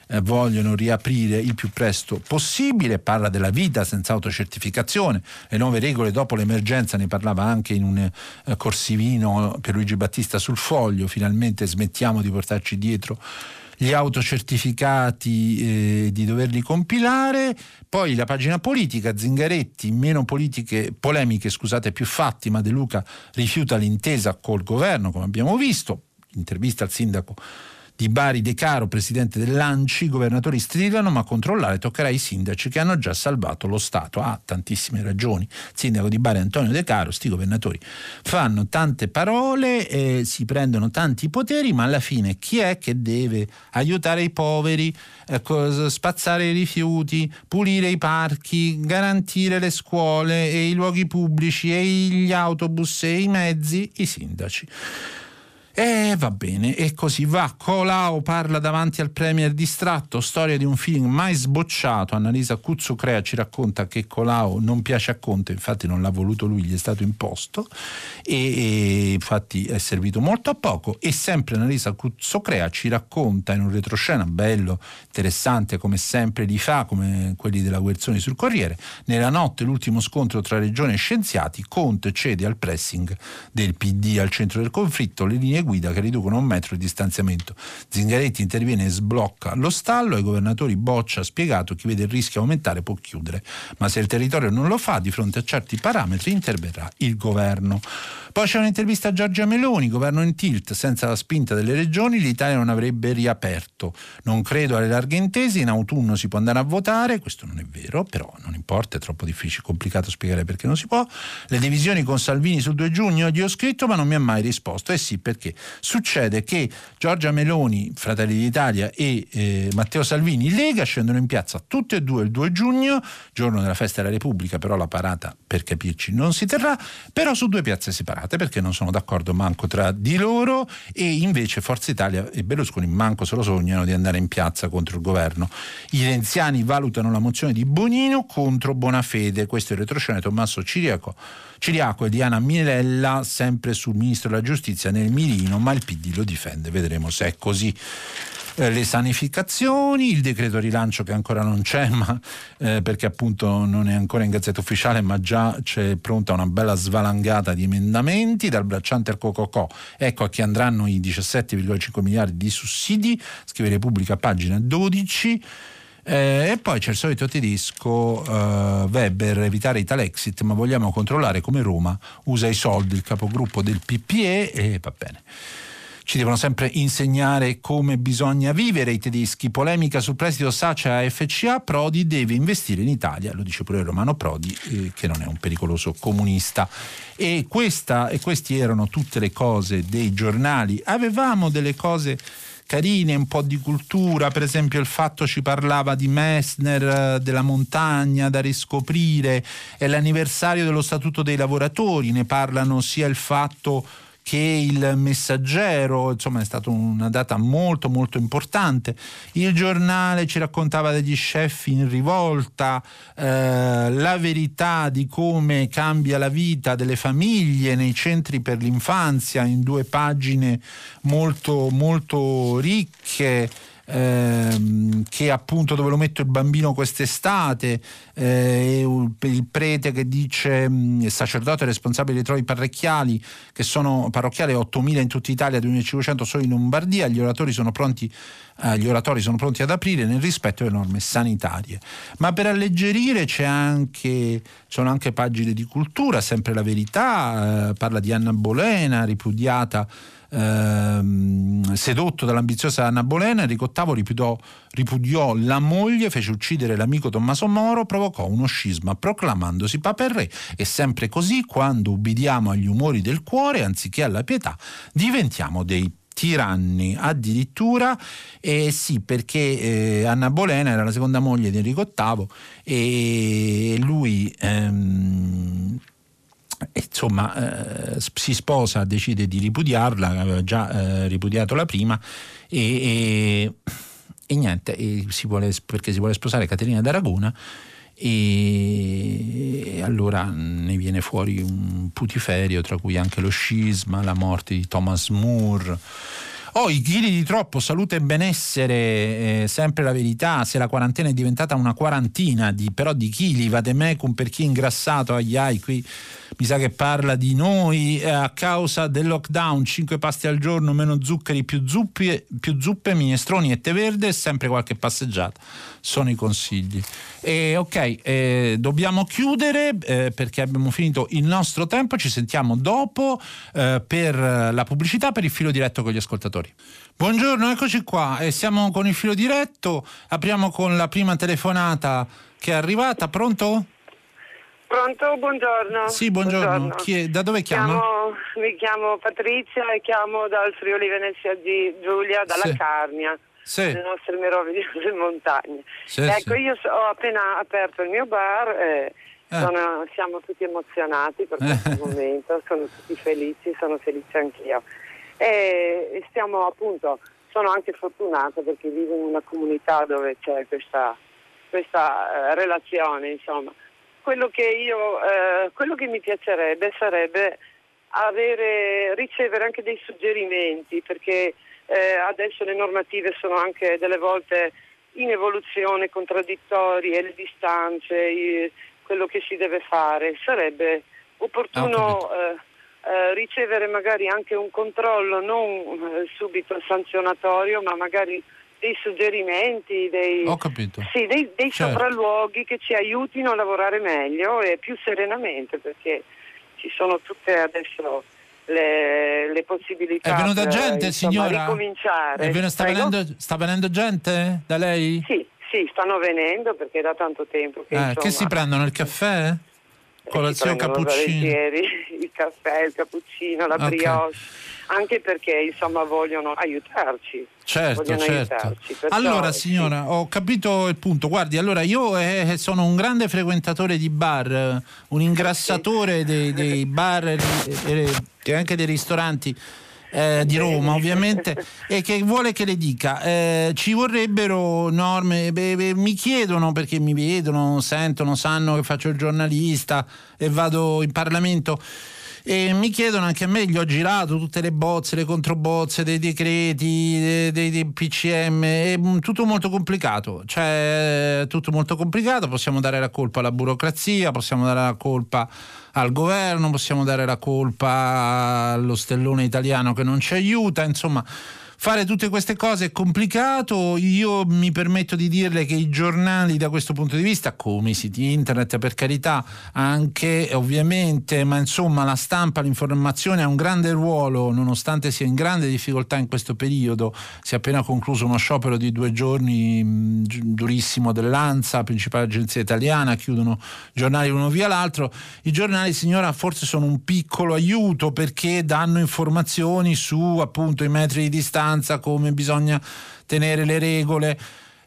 eh, vogliono riaprire il più presto possibile. Parla della vita senza autocertificazione, le nuove regole dopo l'emergenza, ne parlava anche in un eh, corsivino per Luigi Battista sul Foglio. Finalmente smettiamo di portarci dietro gli autocertificati, eh, di doverli compilare. Poi la pagina politica, Zingaretti, meno politiche, polemiche, scusate, più fatti, ma De Luca rifiuta l'intesa col governo, come abbiamo visto. Intervista al sindaco di Bari De Caro, presidente dell'Anci: i governatori strillano, ma controllare toccherà ai sindaci che hanno già salvato lo Stato. Ha ah, tantissime ragioni. Il sindaco di Bari Antonio De Caro: sti governatori fanno tante parole, eh, si prendono tanti poteri, ma alla fine chi è che deve aiutare i poveri, eh, spazzare i rifiuti, pulire i parchi, garantire le scuole e i luoghi pubblici e gli autobus e i mezzi? I sindaci. E va bene, e così va. Colau parla davanti al premier distratto, storia di un film mai sbocciato. Annalisa Cuzzocrea ci racconta che Colau non piace a Conte, infatti non l'ha voluto lui, gli è stato imposto, e, e infatti è servito molto a poco. E sempre Annalisa Cuzzocrea ci racconta in un retroscena bello, interessante, come sempre li fa, come quelli della Guerzoni sul Corriere: nella notte l'ultimo scontro tra regione e scienziati, Conte cede al pressing del P D al centro del conflitto, le linee guida che riducono a un metro di distanziamento. Zingaretti interviene e sblocca lo stallo. Ai governatori Boccia ha spiegato: chi vede il rischio aumentare può chiudere, ma se il territorio non lo fa, di fronte a certi parametri interverrà il governo. Poi c'è un'intervista a Giorgia Meloni: governo in tilt, senza la spinta delle regioni l'Italia non avrebbe riaperto, non credo alle larghe intese, in autunno si può andare a votare. Questo non è vero, però non importa, è troppo difficile, complicato spiegare perché non si può. Le divisioni con Salvini sul due giugno, gli ho scritto ma non mi ha mai risposto. Eh sì, perché succede che Giorgia Meloni, Fratelli d'Italia, e eh, Matteo Salvini, Lega, scendono in piazza tutte e due il due giugno, giorno della festa della Repubblica, però la parata, per capirci, non si terrà, però su due piazze separate, perché non sono d'accordo manco tra di loro. E invece Forza Italia e Berlusconi manco se lo sognano di andare in piazza contro il governo. I renziani valutano la mozione di Bonino contro Bonafede. Questo è il retroscena di Tommaso Ciriaco Ciriaco e Diana Minella, sempre sul ministro della giustizia nel mirino, ma il P D lo difende, vedremo se è così. Eh, le sanificazioni, il decreto rilancio che ancora non c'è, ma eh, perché appunto non è ancora in Gazzetta Ufficiale, ma già c'è pronta una bella svalangata di emendamenti. Dal bracciante al cococò, ecco a chi andranno i diciassette virgola cinque miliardi di sussidi, scrive Repubblica, pagina dodici. Eh, e poi c'è il solito tedesco, uh, Weber: evitare Italexit, ma vogliamo controllare come Roma usa i soldi, il capogruppo del P P E. E va bene, ci devono sempre insegnare come bisogna vivere i tedeschi. Polemica sul prestito S A C E a F C A, Prodi deve investire in Italia, lo dice pure Romano Prodi, eh, che non è un pericoloso comunista. E questa e questi erano tutte le cose dei giornali. Avevamo delle cose carine, un po' di cultura, per esempio il Fatto ci parlava di Messner, della montagna da riscoprire, è l'anniversario dello Statuto dei lavoratori, ne parlano sia il Fatto che il Messaggero, insomma è stata una data molto molto importante. Il Giornale ci raccontava degli chef in rivolta, eh, la verità di come cambia la vita delle famiglie nei centri per l'infanzia, in due pagine molto molto ricche. Ehm, che appunto dove lo metto il bambino quest'estate, eh, il prete che dice, il sacerdote responsabile dei trovi parrocchiali che sono parrocchiali ottomila in tutta Italia, duemilacinquecento solo in Lombardia, gli oratori sono pronti eh, gli oratori sono pronti ad aprire nel rispetto delle norme sanitarie. Ma per alleggerire c'è anche sono anche pagine di cultura, sempre La Verità, eh, parla di Anna Bolena, ripudiata Ehm, sedotto dall'ambiziosa Anna Bolena. Enrico ottavo ripudiò, ripudiò la moglie, fece uccidere l'amico Tommaso Moro, provocò uno scisma proclamandosi Papa e Re. E sempre così, quando ubbidiamo agli umori del cuore anziché alla pietà, diventiamo dei tiranni addirittura. Eh sì, perché eh, Anna Bolena era la seconda moglie di Enrico ottavo e lui ehm, insomma eh, si sposa, decide di ripudiarla, aveva già eh, ripudiato la prima e, e, e niente, e si vuole, perché si vuole sposare Caterina d'Aragona, e allora ne viene fuori un putiferio, tra cui anche lo scisma, la morte di Thomas More. Oh, i chili di troppo, salute e benessere, eh, sempre la verità. Se la quarantena è diventata una quarantina di, però di chili, vademecum per chi è ingrassato, ai ai, qui mi sa che parla di noi, eh, a causa del lockdown, cinque pasti al giorno, meno zuccheri, più zuppe, più zuppe, minestroni e tè verde e sempre qualche passeggiata. Sono i consigli. E ok, eh, dobbiamo chiudere eh, perché abbiamo finito il nostro tempo. Ci sentiamo dopo eh, per la pubblicità, per il filo diretto con gli ascoltatori. Buongiorno, eccoci qua e siamo con il filo diretto. Apriamo con la prima telefonata che è arrivata. Pronto? Pronto, buongiorno. Sì, buongiorno. buongiorno. Chi è, da dove chiama? Chiamo, mi chiamo Patrizia e chiamo dal Friuli Venezia Giulia, dalla Sì. Carnia, Sì. le nostre meravigliose montagne. Sì, ecco, sì. io so- ho appena aperto il mio bar e Eh. sono- siamo tutti emozionati per questo Eh. momento, sono tutti felici, sono felice anch'io. E, e stiamo appunto, sono anche fortunata perché vivo in una comunità dove c'è questa, questa eh, relazione, insomma. Quello che io, eh, quello che mi piacerebbe sarebbe avere, ricevere anche dei suggerimenti, perché eh, adesso le normative sono anche delle volte in evoluzione, contraddittorie, le distanze, i- quello che si deve fare. Sarebbe opportuno eh, eh, ricevere magari anche un controllo, non eh, subito sanzionatorio, ma magari dei suggerimenti, dei, Ho capito. sì, dei, dei Certo. sopralluoghi che ci aiutino a lavorare meglio e più serenamente, perché ci sono tutte adesso le, le possibilità. È venuta per, gente, insomma, signora? ricominciare. È venuta- sta, Prego? venendo, sta venendo gente da lei? Sì, sì, stanno venendo perché è da tanto tempo che, Eh, insomma, che si prendono, il caffè? eh, Colazione, si prendono cappuccino? volentieri il caffè, il cappuccino, la Ok. brioche, anche perché insomma vogliono aiutarci. Certo, vogliono certo. aiutarci, perciò, Allora sì. signora, ho capito il punto. Guardi, allora io eh, sono un grande frequentatore di bar, eh, un ingrassatore dei, dei bar e, e- e anche dei ristoranti eh, di Roma, ovviamente, e che vuole che le dica, eh, ci vorrebbero norme. Beh, beh, mi chiedono, perché mi vedono, sentono, sanno che faccio il giornalista e vado in Parlamento, e mi chiedono anche a me. Gli ho girato tutte le bozze, le controbozze dei decreti, dei, dei, dei P C M, è tutto molto complicato, cioè tutto molto complicato. Possiamo dare la colpa alla burocrazia, possiamo dare la colpa al governo, possiamo dare la colpa allo stellone italiano che non ci aiuta, insomma. Fare tutte queste cose è complicato. Io mi permetto di dirle che i giornali da questo punto di vista, come i siti internet per carità, anche ovviamente, ma insomma la stampa, l'informazione ha un grande ruolo, nonostante sia in grande difficoltà in questo periodo. Si è appena concluso uno sciopero di due giorni mh, durissimo dell'ANSA, principale agenzia italiana, chiudono giornali uno via l'altro. I giornali, signora, forse sono un piccolo aiuto perché danno informazioni su appunto i metri di distanza, come bisogna tenere le regole,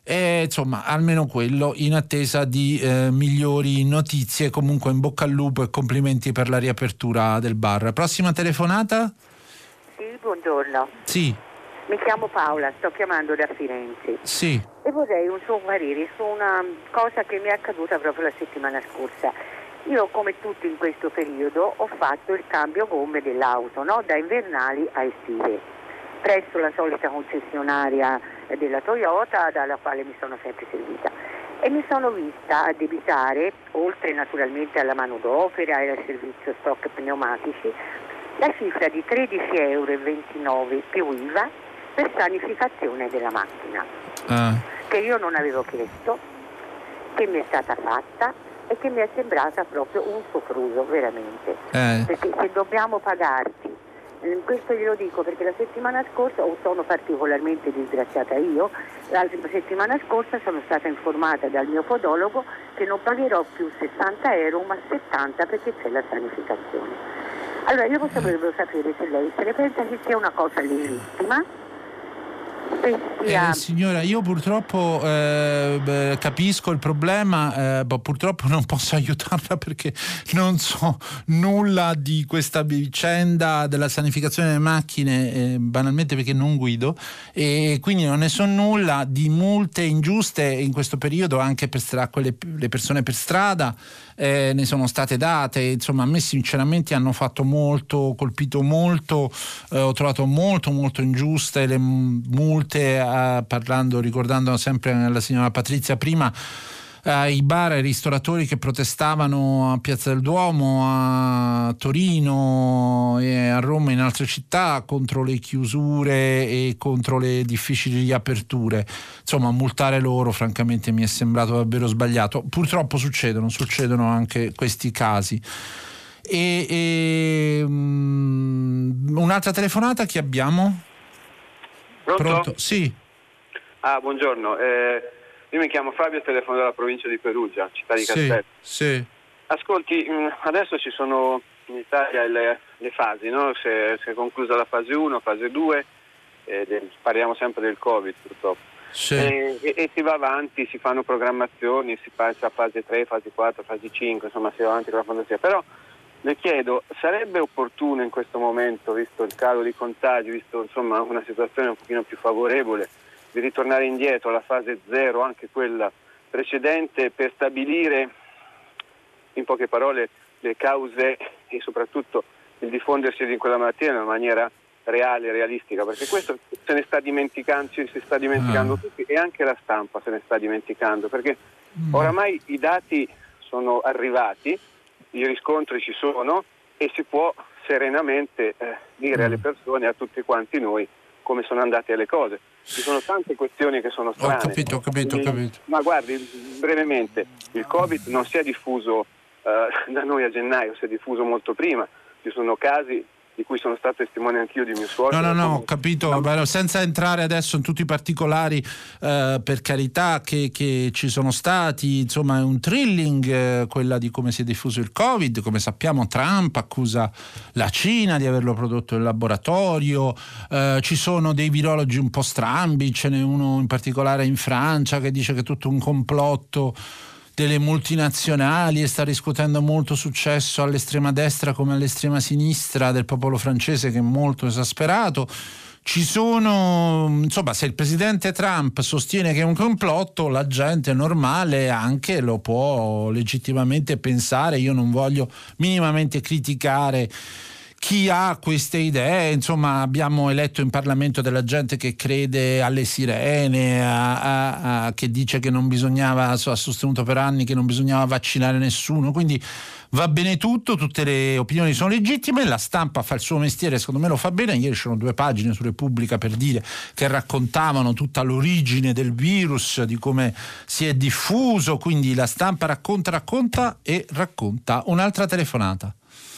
e insomma almeno quello, in attesa di eh, migliori notizie. Comunque in bocca al lupo e complimenti per la riapertura del bar. Prossima telefonata? Sì, buongiorno. Sì, Mi chiamo Paola, sto chiamando da Firenze sì, e vorrei un suo parere su una cosa che mi è accaduta proprio la settimana scorsa. Io, come tutti in questo periodo, ho fatto il cambio gomme dell'auto, no? Da invernali a estive, presso la solita concessionaria della Toyota, dalla quale mi sono sempre servita, e mi sono vista addebitare, oltre naturalmente alla manodopera e al servizio stock pneumatici, la cifra di tredici euro e ventinove più I V A per sanificazione della macchina, ah, che io non avevo chiesto, che mi è stata fatta e che mi è sembrata proprio un sopruso, veramente. eh, Perché se dobbiamo pagarci, eh, questo glielo dico perché la settimana scorsa, o sono particolarmente disgraziata io, la settimana scorsa sono stata informata dal mio podologo che non pagherò più sessanta euro ma settanta perché c'è la sanificazione. Allora io volevo sapere se lei se ne pensa che sia una cosa legittima, se sia... Eh, signora, io purtroppo eh, beh, capisco il problema, eh, ma purtroppo non posso aiutarla perché non so nulla di questa vicenda della sanificazione delle macchine, eh, banalmente perché non guido, e quindi non ne so nulla. Di multe ingiuste in questo periodo anche per stra- quelle, le persone per strada, eh, ne sono state date, insomma a me sinceramente hanno fatto molto, colpito molto, eh, ho trovato molto molto ingiuste le multe, eh, parlando, ricordando sempre la signora Patrizia prima, ai bar e ai ristoratori che protestavano a Piazza del Duomo, a Torino e a Roma e in altre città contro le chiusure e contro le difficili riaperture. Insomma, multare loro francamente mi è sembrato davvero sbagliato. Purtroppo succedono, succedono anche questi casi. E, e um, un'altra telefonata, chi abbiamo? Pronto? Pronto? Sì. Ah, buongiorno. Eh... Io mi chiamo Fabio, telefono dalla provincia di Perugia, città di Castello. Sì, sì. Ascolti, adesso ci sono in Italia le, le fasi, no? Si è, si è conclusa la fase uno, fase due, eh, del, parliamo sempre del Covid purtroppo. Sì. E, e, e si va avanti, si fanno programmazioni, si passa a fase tre, fase quattro, fase cinque, insomma si va avanti con la fantasia. Però le chiedo, sarebbe opportuno in questo momento, visto il calo di contagi, visto insomma una situazione un pochino più favorevole, di ritornare indietro alla fase zero, anche quella precedente, per stabilire in poche parole le cause e soprattutto il diffondersi di quella malattia in una maniera reale, realistica, perché questo se ne sta dimenticando, ci si sta dimenticando ah. tutti, e anche la stampa se ne sta dimenticando, perché mm. oramai i dati sono arrivati, i riscontri ci sono e si può serenamente eh, dire mm. alle persone, a tutti quanti noi, come sono andate le cose. Ci sono tante questioni che sono strane. Ho capito, ho capito, ho capito. Ma guardi, brevemente, il Covid non si è diffuso eh, da noi a gennaio, si è diffuso molto prima. Ci sono casi di cui sono stato testimone anch'io di mio suocero. No, no, no, ho capito, no. Senza entrare adesso in tutti i particolari, eh, per carità, che, che ci sono stati, insomma è un thrilling eh, quella di come si è diffuso il Covid. Come sappiamo Trump accusa la Cina di averlo prodotto in laboratorio, eh, ci sono dei virologi un po' strambi, ce n'è uno in particolare in Francia che dice che è tutto un complotto delle multinazionali e sta riscuotendo molto successo all'estrema destra come all'estrema sinistra del popolo francese, che è molto esasperato. Ci sono, insomma, se il presidente Trump sostiene che è un complotto, la gente normale anche lo può legittimamente pensare. Io non voglio minimamente criticare chi ha queste idee, insomma abbiamo eletto in Parlamento della gente che crede alle sirene, a, a, a, che dice che non bisognava, ha sostenuto per anni che non bisognava vaccinare nessuno, quindi va bene tutto, tutte le opinioni sono legittime, la stampa fa il suo mestiere, secondo me lo fa bene. Ieri c'erano due pagine su Repubblica per dire che raccontavano tutta l'origine del virus, di come si è diffuso, quindi la stampa racconta, racconta e racconta. Un'altra telefonata.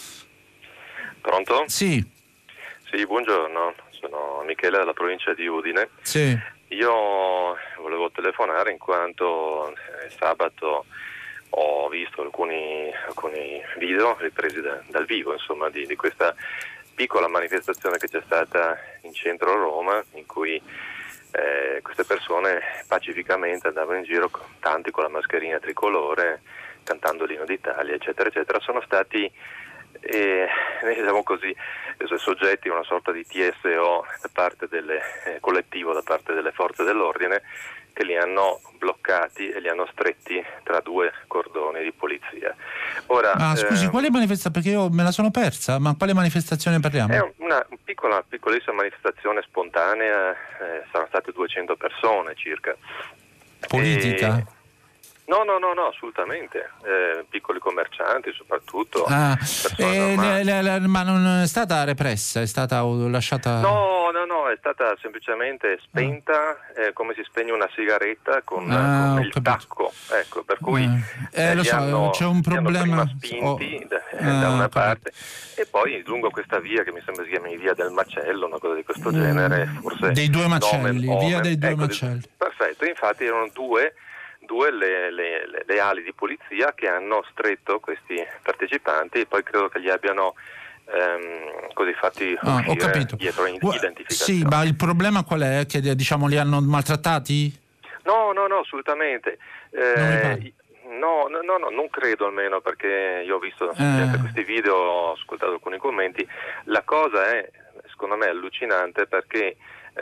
Pronto? Sì. Sì, buongiorno, sono Michele della provincia di Udine. Sì. Io volevo telefonare in quanto eh, sabato ho visto alcuni, alcuni video ripresi da, dal vivo, insomma, di, di questa piccola manifestazione che c'è stata in centro a Roma, in cui eh, queste persone pacificamente andavano in giro, con, tanti con la mascherina tricolore, cantando l'inno d'Italia, eccetera, eccetera. Sono stati e diciamo così soggetti a una sorta di T S O da parte delle eh, collettivo da parte delle forze dell'ordine, che li hanno bloccati e li hanno stretti tra due cordoni di polizia. Ora, ah, scusi, eh, quale manifestazione? Perché io me la sono persa, ma quale manifestazione parliamo? È una piccola, piccolissima manifestazione spontanea, eh, saranno state duecento persone circa. Politica? E... No, no, no, no, assolutamente. Eh, piccoli commercianti soprattutto. Ah, eh, la, la, la, ma non è stata repressa, è stata lasciata... No, no, no, è stata semplicemente spenta, ah. eh, come si spegne una sigaretta con, ah, con il capito. tacco. Ecco, per cui eh, eh, lo so, hanno, c'è un problema. Spinti oh. da, ah, da una capito. parte e poi lungo questa via che mi sembra si chiami via del Macello, una cosa di questo genere, forse dei due macelli, Omen, via Omen. dei due ecco, macelli. Perfetto, infatti erano due due le, le, le, le ali di polizia che hanno stretto questi partecipanti e poi credo che li abbiano ehm, così fatti ah, uscire ho capito. dietro in Ua, identificazione. Sì, ma il problema qual è? Che diciamo li hanno maltrattati? No, no, no, assolutamente. Eh, no, no, no, no, non credo almeno, perché io ho visto eh. questi video, ho ascoltato alcuni commenti. La cosa è, secondo me allucinante, perché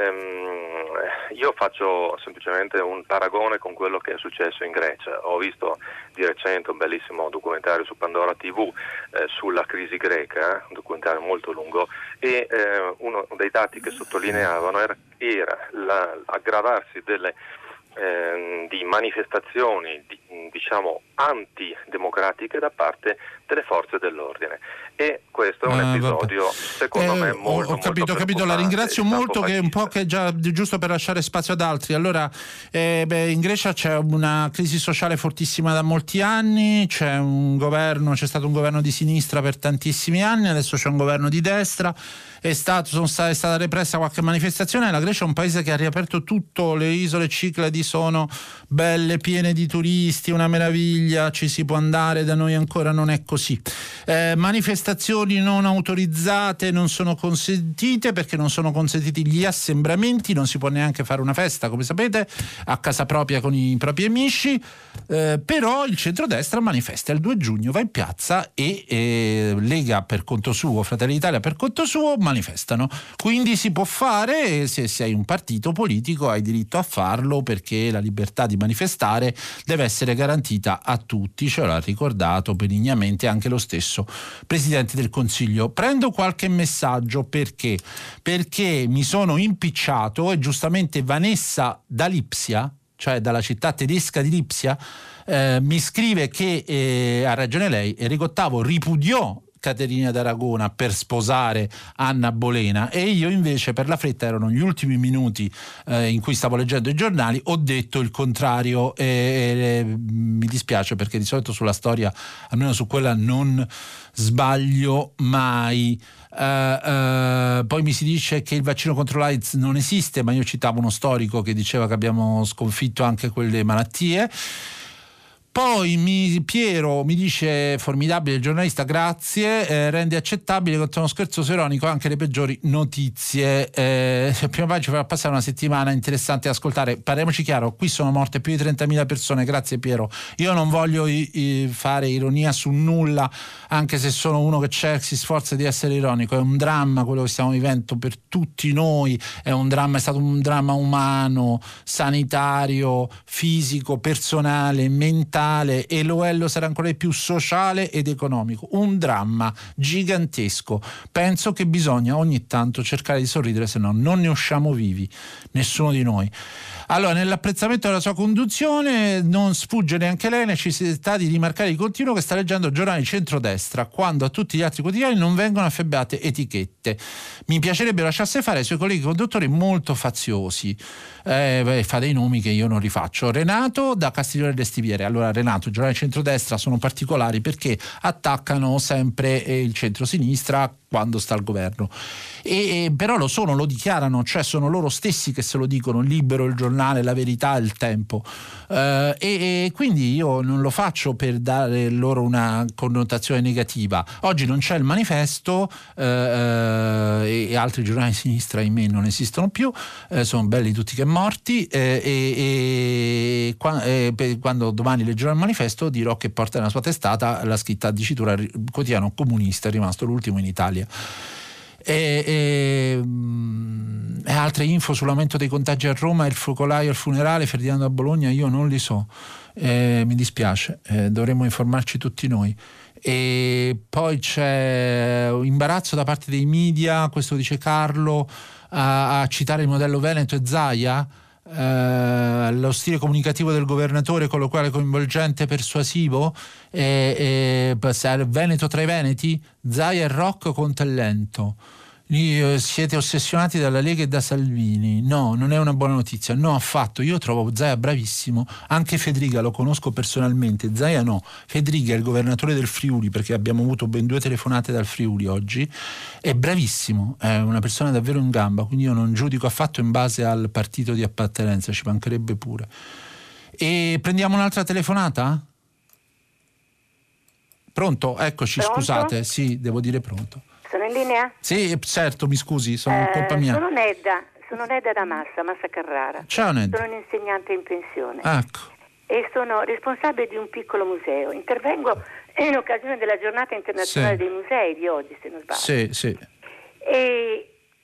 ehm, io faccio semplicemente un paragone con quello che è successo in Grecia. Ho visto di recente un bellissimo documentario su Pandora tivù eh, sulla crisi greca, un documentario molto lungo, e eh, uno dei dati che sottolineavano era, era l'aggravarsi delle Eh, di manifestazioni di, diciamo antidemocratiche da parte delle forze dell'ordine, e questo è un ah, episodio vabbè. secondo eh, me molto ho capito, molto ho capito, la ringrazio molto, che è un po' che già giusto per lasciare spazio ad altri. Allora eh, beh, in Grecia c'è una crisi sociale fortissima da molti anni, c'è un governo, c'è stato un governo di sinistra per tantissimi anni, adesso c'è un governo di destra. È, stato, sono state, è stata repressa qualche manifestazione. La Grecia è un paese che ha riaperto tutto, le isole Cicladi sono belle, piene di turisti, una meraviglia, ci si può andare, da noi ancora non è così. Eh, manifestazioni non autorizzate non sono consentite, perché non sono consentiti gli assembramenti, non si può neanche fare una festa, come sapete, a casa propria con i propri amici, eh, però il centrodestra manifesta il due giugno, va in piazza e eh, Lega per conto suo, Fratelli d'Italia per conto suo manifestano, quindi si può fare, se sei un partito politico hai diritto a farlo, perché la libertà di manifestare deve essere garantita a tutti, ce l'ha ricordato benignamente anche lo stesso Presidente del Consiglio. Prendo qualche messaggio perché perché mi sono impicciato, e giustamente Vanessa da Lipsia, cioè dalla città tedesca di Lipsia, eh, mi scrive che eh, ha ragione lei, Enrico ottavo ripudiò Caterina d'Aragona per sposare Anna Bolena, e io invece, per la fretta, erano gli ultimi minuti eh, in cui stavo leggendo i giornali, ho detto il contrario, e, e mi dispiace, perché di solito sulla storia, almeno su quella, non sbaglio mai. Uh, uh, poi mi si dice che il vaccino contro l'AIDS non esiste, ma io citavo uno storico che diceva che abbiamo sconfitto anche quelle malattie. Poi mi, Piero mi dice: formidabile il giornalista, grazie, eh, rende accettabile con tono scherzoso ironico anche le peggiori notizie. Eh, prima pagina farà passare una settimana interessante da ascoltare. Parliamoci chiaro, qui sono morte più di trentamila persone, grazie Piero. Io non voglio i, i fare ironia su nulla, anche se sono uno che c'è, si sforza di essere ironico. È un dramma quello che stiamo vivendo per tutti noi, è un dramma, è stato un dramma umano, sanitario, fisico, personale, mentale, e lo è, lo sarà ancora di più, sociale ed economico, un dramma gigantesco. Penso che bisogna ogni tanto cercare di sorridere, se no non ne usciamo vivi nessuno di noi. Allora, nell'apprezzamento della sua conduzione non sfugge neanche lei la necessità di rimarcare di continuo che sta leggendo giornali centrodestra, quando a tutti gli altri quotidiani non vengono affibbiate etichette. Mi piacerebbe lasciasse fare ai suoi colleghi conduttori molto faziosi. Eh, beh, fa dei nomi che io non rifaccio. Renato da Castiglione delle Stiviere. Allora, Renato, i giornali centrodestra sono particolari perché attaccano sempre eh, il centrosinistra quando sta al governo, e, e però lo sono, lo dichiarano, cioè sono loro stessi che se lo dicono, Libero, il Giornale, La Verità, Il Tempo, eh, e, e quindi io non lo faccio per dare loro una connotazione negativa. Oggi non c'è il Manifesto, eh, eh, e altri giornali di sinistra, ahimè, non esistono più, eh, sono belli tutti che morti, eh, e, e, e quando domani leggerò il Manifesto dirò che porta nella sua testata la scritta dicitura quotidiano comunista, è rimasto l'ultimo in Italia. E, e, e altre info sull'aumento dei contagi a Roma, il focolaio al funerale, Ferdinando a Bologna, io non li so, eh, mi dispiace, eh, dovremmo informarci tutti noi. E poi c'è imbarazzo da parte dei media, questo dice Carlo, a, a citare il modello Veneto e Zaia. Uh, lo stile comunicativo del governatore, colloquiale, coinvolgente, persuasivo, e, e, Veneto tra i Veneti, Zaia e Rock conta il lento. Siete ossessionati dalla Lega e da Salvini. No, non è una buona notizia, no affatto. Io trovo Zaia bravissimo, anche Fedriga lo conosco personalmente, Zaia no. Fedriga è il governatore del Friuli, perché abbiamo avuto ben due telefonate dal Friuli oggi, è bravissimo, è una persona davvero in gamba, quindi io non giudico affatto in base al partito di appartenenza, ci mancherebbe pure. E prendiamo un'altra telefonata? Pronto? Eccoci, pronto? Scusate, sì, devo dire pronto. Sono in linea? Sì, certo, mi scusi, sono eh, colpa mia. Sono Nedda, sono Nedda da Massa, Massa Carrara. Ciao Nedda. Sono un'insegnante in pensione. Ecco. E sono responsabile di un piccolo museo. Intervengo in occasione della giornata internazionale sì. dei musei di oggi, se non sbaglio. Sì, sì. E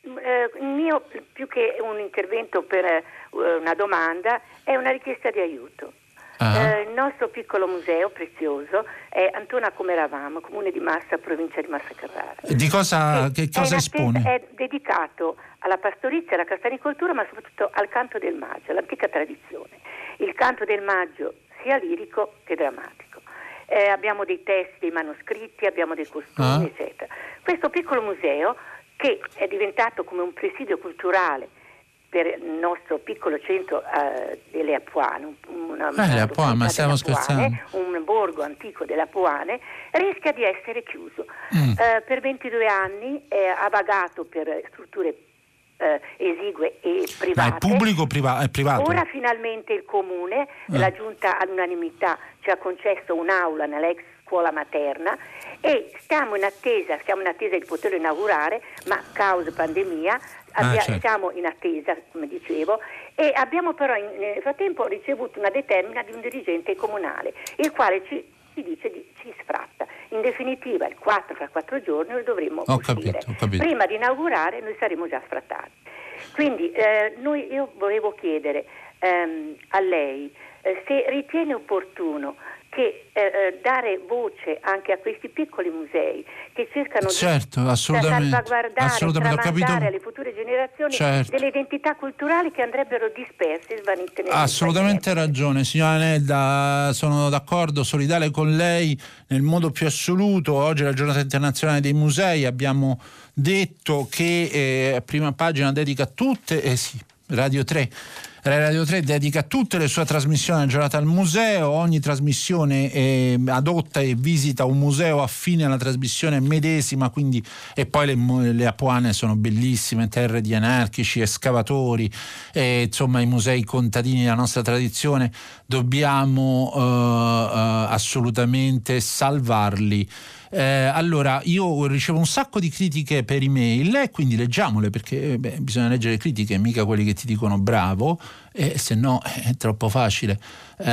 eh, il mio, più che un intervento per eh, una domanda, è una richiesta di aiuto. Uh-huh. Eh, il nostro piccolo museo prezioso è Antona come eravamo, comune di Massa, provincia di Massa Carrara. Di cosa, che cosa è espone? È dedicato alla pastorizia, alla castanicoltura, ma soprattutto al canto del maggio, all'antica tradizione. Il canto del maggio sia lirico che drammatico. Eh, abbiamo dei testi, dei manoscritti, abbiamo dei costumi, uh-huh. eccetera. Questo piccolo museo, che è diventato come un presidio culturale per il nostro piccolo centro uh, delle Apuane, una, eh, le Apuane, ma stiamo scherzando, un borgo antico delle Apuane, rischia di essere chiuso. Mm. Uh, per ventidue anni eh, ha vagato per strutture uh, esigue e private. Ma è pubblico o priva- è privato? Ora finalmente il Comune, eh. la Giunta all'unanimità ci ha concesso un'aula nell'ex scuola materna e stiamo in attesa, siamo in attesa di poterlo inaugurare, ma causa pandemia abbia, ah, certo. siamo in attesa, come dicevo, e abbiamo però in, nel frattempo ricevuto una determina di un dirigente comunale, il quale ci, ci dice di, ci sfratta. In definitiva il quattro fra quattro giorni lo dovremmo ho uscire. Capito, ho capito. Prima di inaugurare noi saremo già sfrattati. Quindi eh, noi, io volevo chiedere ehm, a lei eh, se ritiene opportuno che eh, dare voce anche a questi piccoli musei che cercano certo, di salvaguardare e tramandare alle future generazioni certo. delle identità culturali che andrebbero disperse e svanite nel assolutamente ragione, signora Nelda, sono d'accordo, solidale con lei nel modo più assoluto. Oggi è la giornata internazionale dei musei, abbiamo detto che eh, prima pagina dedica a tutte, eh sì, Radio tre Radio tre dedica tutte le sue trasmissioni alla giornata al museo. Ogni trasmissione eh, adotta e visita un museo affine alla trasmissione medesima, quindi, e poi le, le Apuane sono bellissime, terre di anarchici, escavatori, eh, insomma i musei contadini della nostra tradizione dobbiamo eh, eh, assolutamente salvarli. Eh, allora io ricevo un sacco di critiche per email e quindi leggiamole, perché beh, bisogna leggere critiche, mica quelli che ti dicono bravo, e se no è troppo facile. Eh,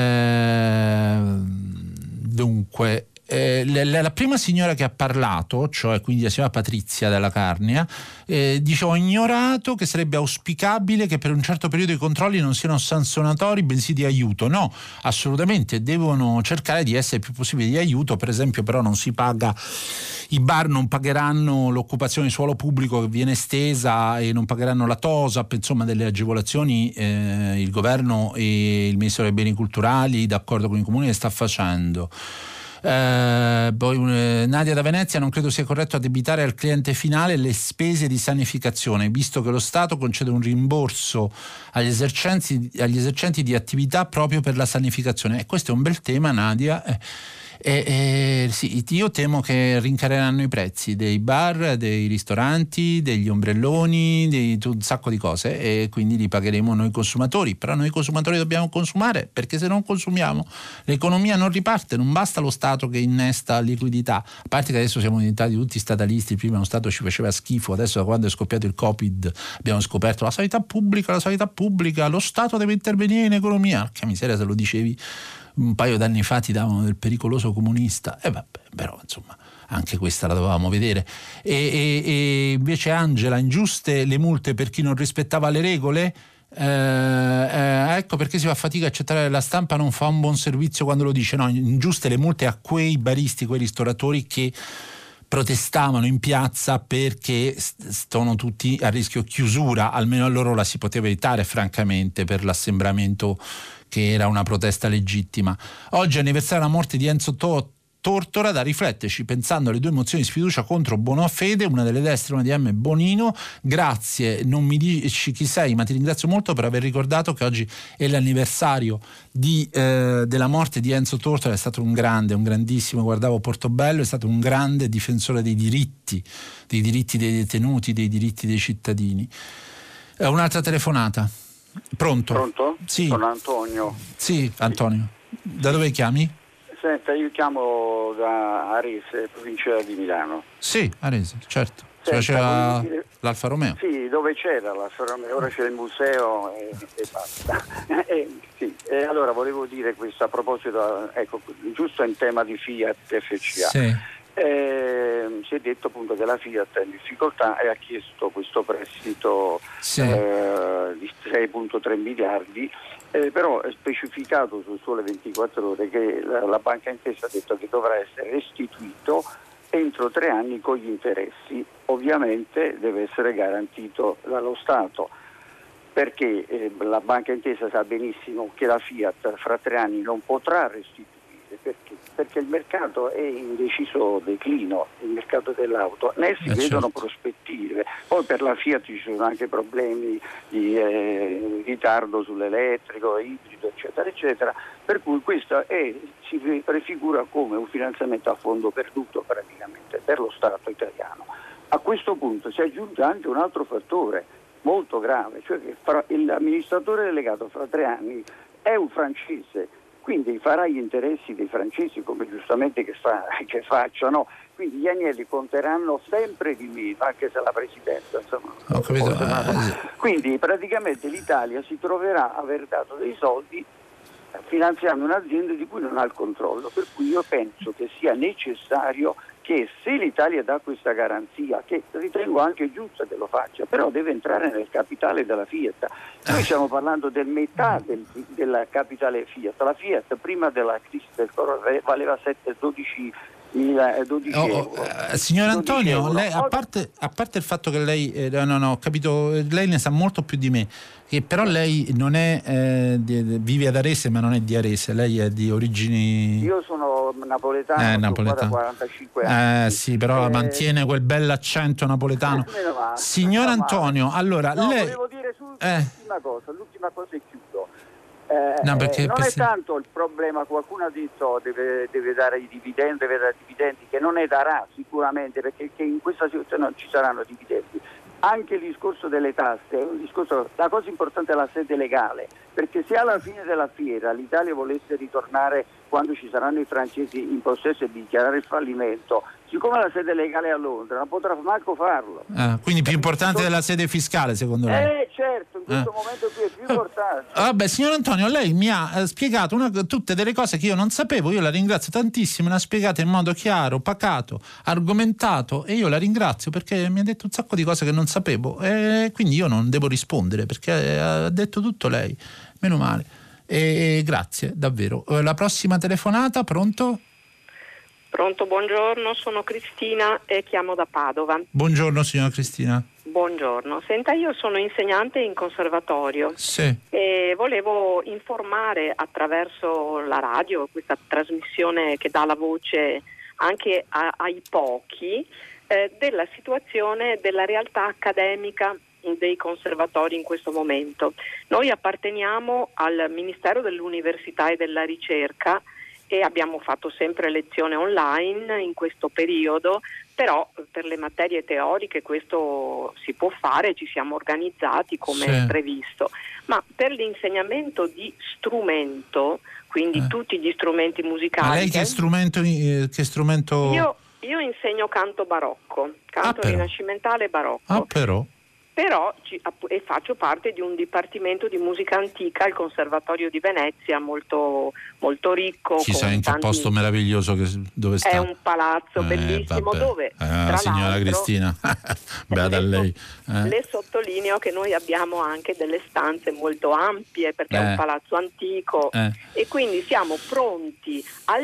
eh, dunque Eh, la, la prima signora che ha parlato, cioè quindi la signora Patrizia della Carnia, eh, dice: ho ignorato che sarebbe auspicabile che per un certo periodo i controlli non siano sanzionatori bensì di aiuto. No, assolutamente devono cercare di essere il più possibile di aiuto. Per esempio però non si paga, i bar non pagheranno l'occupazione di suolo pubblico che viene estesa e non pagheranno la TOSAP, insomma delle agevolazioni eh, il governo e il Ministero dei Beni Culturali d'accordo con i comuni le sta facendo. Eh, poi eh, Nadia da Venezia: non credo sia corretto addebitare al cliente finale le spese di sanificazione, visto che lo Stato concede un rimborso agli esercenti, agli esercenti di attività proprio per la sanificazione. E questo è un bel tema, Nadia. Eh, eh, eh, sì, io temo che rincareranno i prezzi dei bar, dei ristoranti, degli ombrelloni, di un sacco di cose, e quindi li pagheremo noi consumatori. Però noi consumatori dobbiamo consumare, perché se non consumiamo l'economia non riparte. Non basta lo Stato che innesta liquidità, a parte che adesso siamo diventati tutti statalisti. Prima lo Stato ci faceva schifo, adesso da quando è scoppiato il Covid abbiamo scoperto la sanità pubblica, la sanità pubblica, lo Stato deve intervenire in economia. Che miseria, se lo dicevi un paio d'anni fa ti davano del pericoloso comunista. E eh vabbè, però insomma anche questa la dovevamo vedere. E, e, e invece Angela: ingiuste le multe per chi non rispettava le regole. Eh, eh, ecco perché si fa fatica a accettare che la stampa non fa un buon servizio quando lo dice. No, ingiuste le multe a quei baristi, quei ristoratori che protestavano in piazza perché stanno tutti a rischio chiusura. Almeno a loro la si poteva evitare, francamente, per l'assembramento che era una protesta legittima. Oggi è anniversario della morte di Enzo Tot Tortora, da rifletterci pensando alle due mozioni di sfiducia contro Bonafede, una delle destre, una di M. Bonino. Grazie, non mi dici chi sei, ma ti ringrazio molto per aver ricordato che oggi è l'anniversario di, eh, della morte di Enzo Tortora. È stato un grande, un grandissimo, guardavo Portobello, è stato un grande difensore dei diritti, dei diritti dei detenuti, dei diritti dei cittadini. Eh, un'altra telefonata. Pronto? Pronto? Sì. Sono Antonio. Sì, Antonio. Da dove chiami? Senta, io chiamo da Arese, provincia di Milano. Sì, Arese, certo. Si Senta, faceva dire... l'Alfa Romeo. Sì, dove c'era l'Alfa Romeo, ora c'è il museo e, e basta. e, sì. E allora volevo dire questo a proposito, ecco, giusto in tema di Fiat F C A. Sì. Eh, si è detto appunto che la Fiat è in difficoltà e ha chiesto questo prestito sì. eh, di sei virgola tre miliardi, eh, però è specificato su Sole ventiquattro Ore che la, la Banca Intesa ha detto che dovrà essere restituito entro tre anni con gli interessi. Ovviamente deve essere garantito dallo Stato, perché eh, la Banca Intesa sa benissimo che la Fiat fra tre anni non potrà restituire. Perché? Perché il mercato è in deciso declino, il mercato dell'auto, né si eh vedono certo. prospettive. Poi per la Fiat ci sono anche problemi di eh, ritardo sull'elettrico, ibrido, eccetera, eccetera, per cui questo è, si prefigura come un finanziamento a fondo perduto praticamente per lo Stato italiano. A questo punto si aggiunge anche un altro fattore molto grave, cioè che fra, l'amministratore delegato fra tre anni è un francese, quindi farà gli interessi dei francesi come giustamente che, fa, che facciano, quindi gli agnelli conteranno sempre di meno, anche se la presidenza insomma, ho capito. Eh, quindi praticamente l'Italia si troverà a aver dato dei soldi finanziando un'azienda di cui non ha il controllo, per cui io penso che sia necessario che se l'Italia dà questa garanzia, che ritengo anche giusta che lo faccia, però deve entrare nel capitale della Fiat. Noi stiamo parlando del metà del, del capitale Fiat. La Fiat prima della crisi del coronavirus valeva sette dodici mila dodici oh, euro. Uh, signor Antonio, euro. Lei, a, parte, a parte il fatto che lei, eh, no, no, ho capito, lei ne sa molto più di me, che però lei non è, eh, di, vive ad Arese ma non è di Arese, lei è di origini... Io sono napoletano, eh, sono napoletano. qua da quarantacinque anni. Eh sì, però eh, mantiene quel bell'accento napoletano. Male, Signor Antonio, allora no, lei... volevo dire su, eh. l'ultima cosa, l'ultima cosa e chiudo. Eh, no, perché, non per... è tanto il problema, qualcuno ha detto deve, deve dare i dividendi, deve dare dividendi, che non ne darà sicuramente, perché che in questa situazione non ci saranno dividendi. Anche il discorso delle tasse è un discorso, la cosa importante è la sede legale, perché se alla fine della fiera l'Italia volesse ritornare quando ci saranno i francesi in possesso e dichiarare il fallimento, siccome la sede legale è a Londra non potrà manco farlo. Ah, quindi più importante della sede fiscale secondo lei? Eh certo, in questo ah. momento qui è più importante. Vabbè, signor Antonio, lei mi ha eh, spiegato una, tutte delle cose che io non sapevo, io la ringrazio tantissimo, le ha spiegate in modo chiaro, pacato, argomentato, e io la ringrazio perché mi ha detto un sacco di cose che non sapevo, e quindi io non devo rispondere perché ha detto tutto lei, meno male. E grazie, davvero. La prossima telefonata, pronto? Pronto, buongiorno, sono Cristina e chiamo da Padova. Buongiorno signora Cristina. Buongiorno, senta, io sono insegnante in conservatorio sì. e volevo informare attraverso la radio, questa trasmissione che dà la voce anche a, ai pochi, eh, della situazione della realtà accademica dei conservatori in questo momento. Noi apparteniamo al Ministero dell'Università e della Ricerca e abbiamo fatto sempre lezione online in questo periodo, però per le materie teoriche questo si può fare, ci siamo organizzati come sì. previsto, ma per l'insegnamento di strumento, quindi eh. tutti gli strumenti musicali. Ma lei che strumento? Eh, che strumento... Io, io insegno canto barocco, canto ah, rinascimentale barocco. Ah, però. Però ci, e faccio parte di un dipartimento di musica antica al Conservatorio di Venezia, molto, molto ricco. Ci sa in che tanti... posto meraviglioso che, dove sta? È un palazzo eh, bellissimo vabbè. dove, eh, tra signora l'altro, Cristina, beata lei. Eh. Le sottolineo che noi abbiamo anche delle stanze molto ampie perché eh. è un palazzo antico eh. e quindi siamo pronti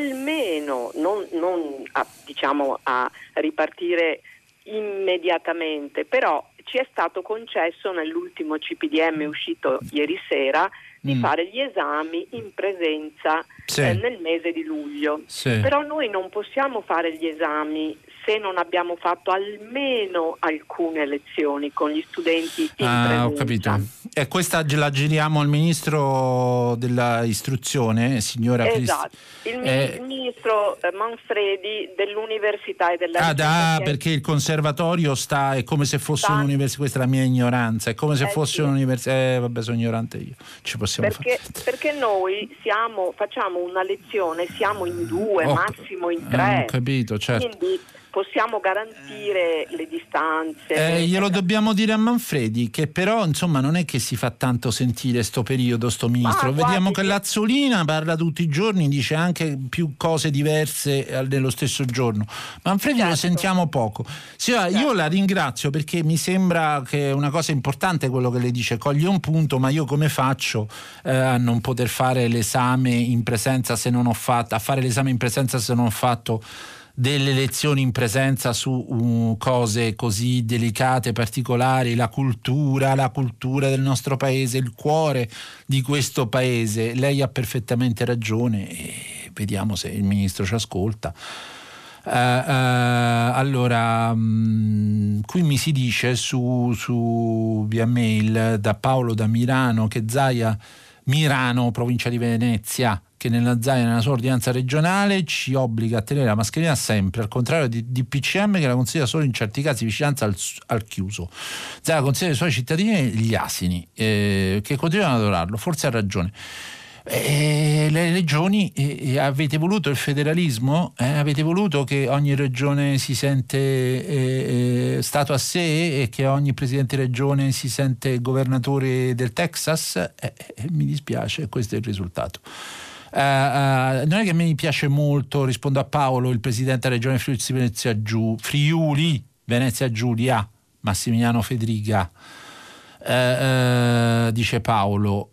almeno non, non a, diciamo a ripartire immediatamente, però ci è stato concesso nell'ultimo C P D M uscito ieri sera di mm. fare gli esami in presenza sì. eh, nel mese di luglio, sì. però noi non possiamo fare gli esami se non abbiamo fatto almeno alcune lezioni con gli studenti in ah, presenza. Ho capito. E questa la giriamo al ministro della istruzione, signora Esatto, Crist- il, eh, il ministro Manfredi dell'università e della ah, ricerca. Da, perché il conservatorio sta, è come se fosse sta... un'università, questa è la mia ignoranza, è come se eh, fosse sì. un'università, eh vabbè sono ignorante io, ci possiamo perché, fare. Perché noi siamo, facciamo una lezione, siamo in due, oh, massimo in tre. Eh, ho capito, certo. Quindi possiamo garantire le distanze. Eh, glielo dobbiamo dire a Manfredi, che però insomma non è che si fa tanto sentire sto periodo sto ministro. Ah, Vediamo guardi, che Lazzolina parla tutti i giorni, dice anche più cose diverse nello stesso giorno. Manfredi certo. Lo sentiamo poco. Signora, certo. Io la ringrazio perché mi sembra che è una cosa importante quello che lei dice, coglie un punto, ma io come faccio eh, a non poter fare l'esame in presenza se non ho fatto, a fare l'esame in presenza se non ho fatto delle lezioni in presenza su uh, cose così delicate, particolari, la cultura, la cultura del nostro paese, il cuore di questo paese. Lei ha perfettamente ragione e vediamo se il ministro ci ascolta. Uh, uh, allora um, qui mi si dice su, su via mail da Paolo da Milano che Zaia Mirano, provincia di Venezia, che nella Zaia, nella sua ordinanza regionale, ci obbliga a tenere la mascherina sempre, al contrario di D P C M che la consiglia solo in certi casi vicinanza al, al chiuso. Zaia consiglia ai suoi cittadini gli asini, eh, che continuano ad adorarlo, forse ha ragione. Eh, le regioni eh, avete voluto il federalismo, eh, avete voluto che ogni regione si sente eh, eh, stato a sé e che ogni presidente di regione si sente governatore del Texas, eh, eh, mi dispiace, questo è il risultato. Uh, uh, non è che mi piace molto, rispondo a Paolo, il presidente della regione Friuli Venezia Giu, Friuli Venezia Giulia, Massimiliano Fedriga. Uh, uh, dice Paolo,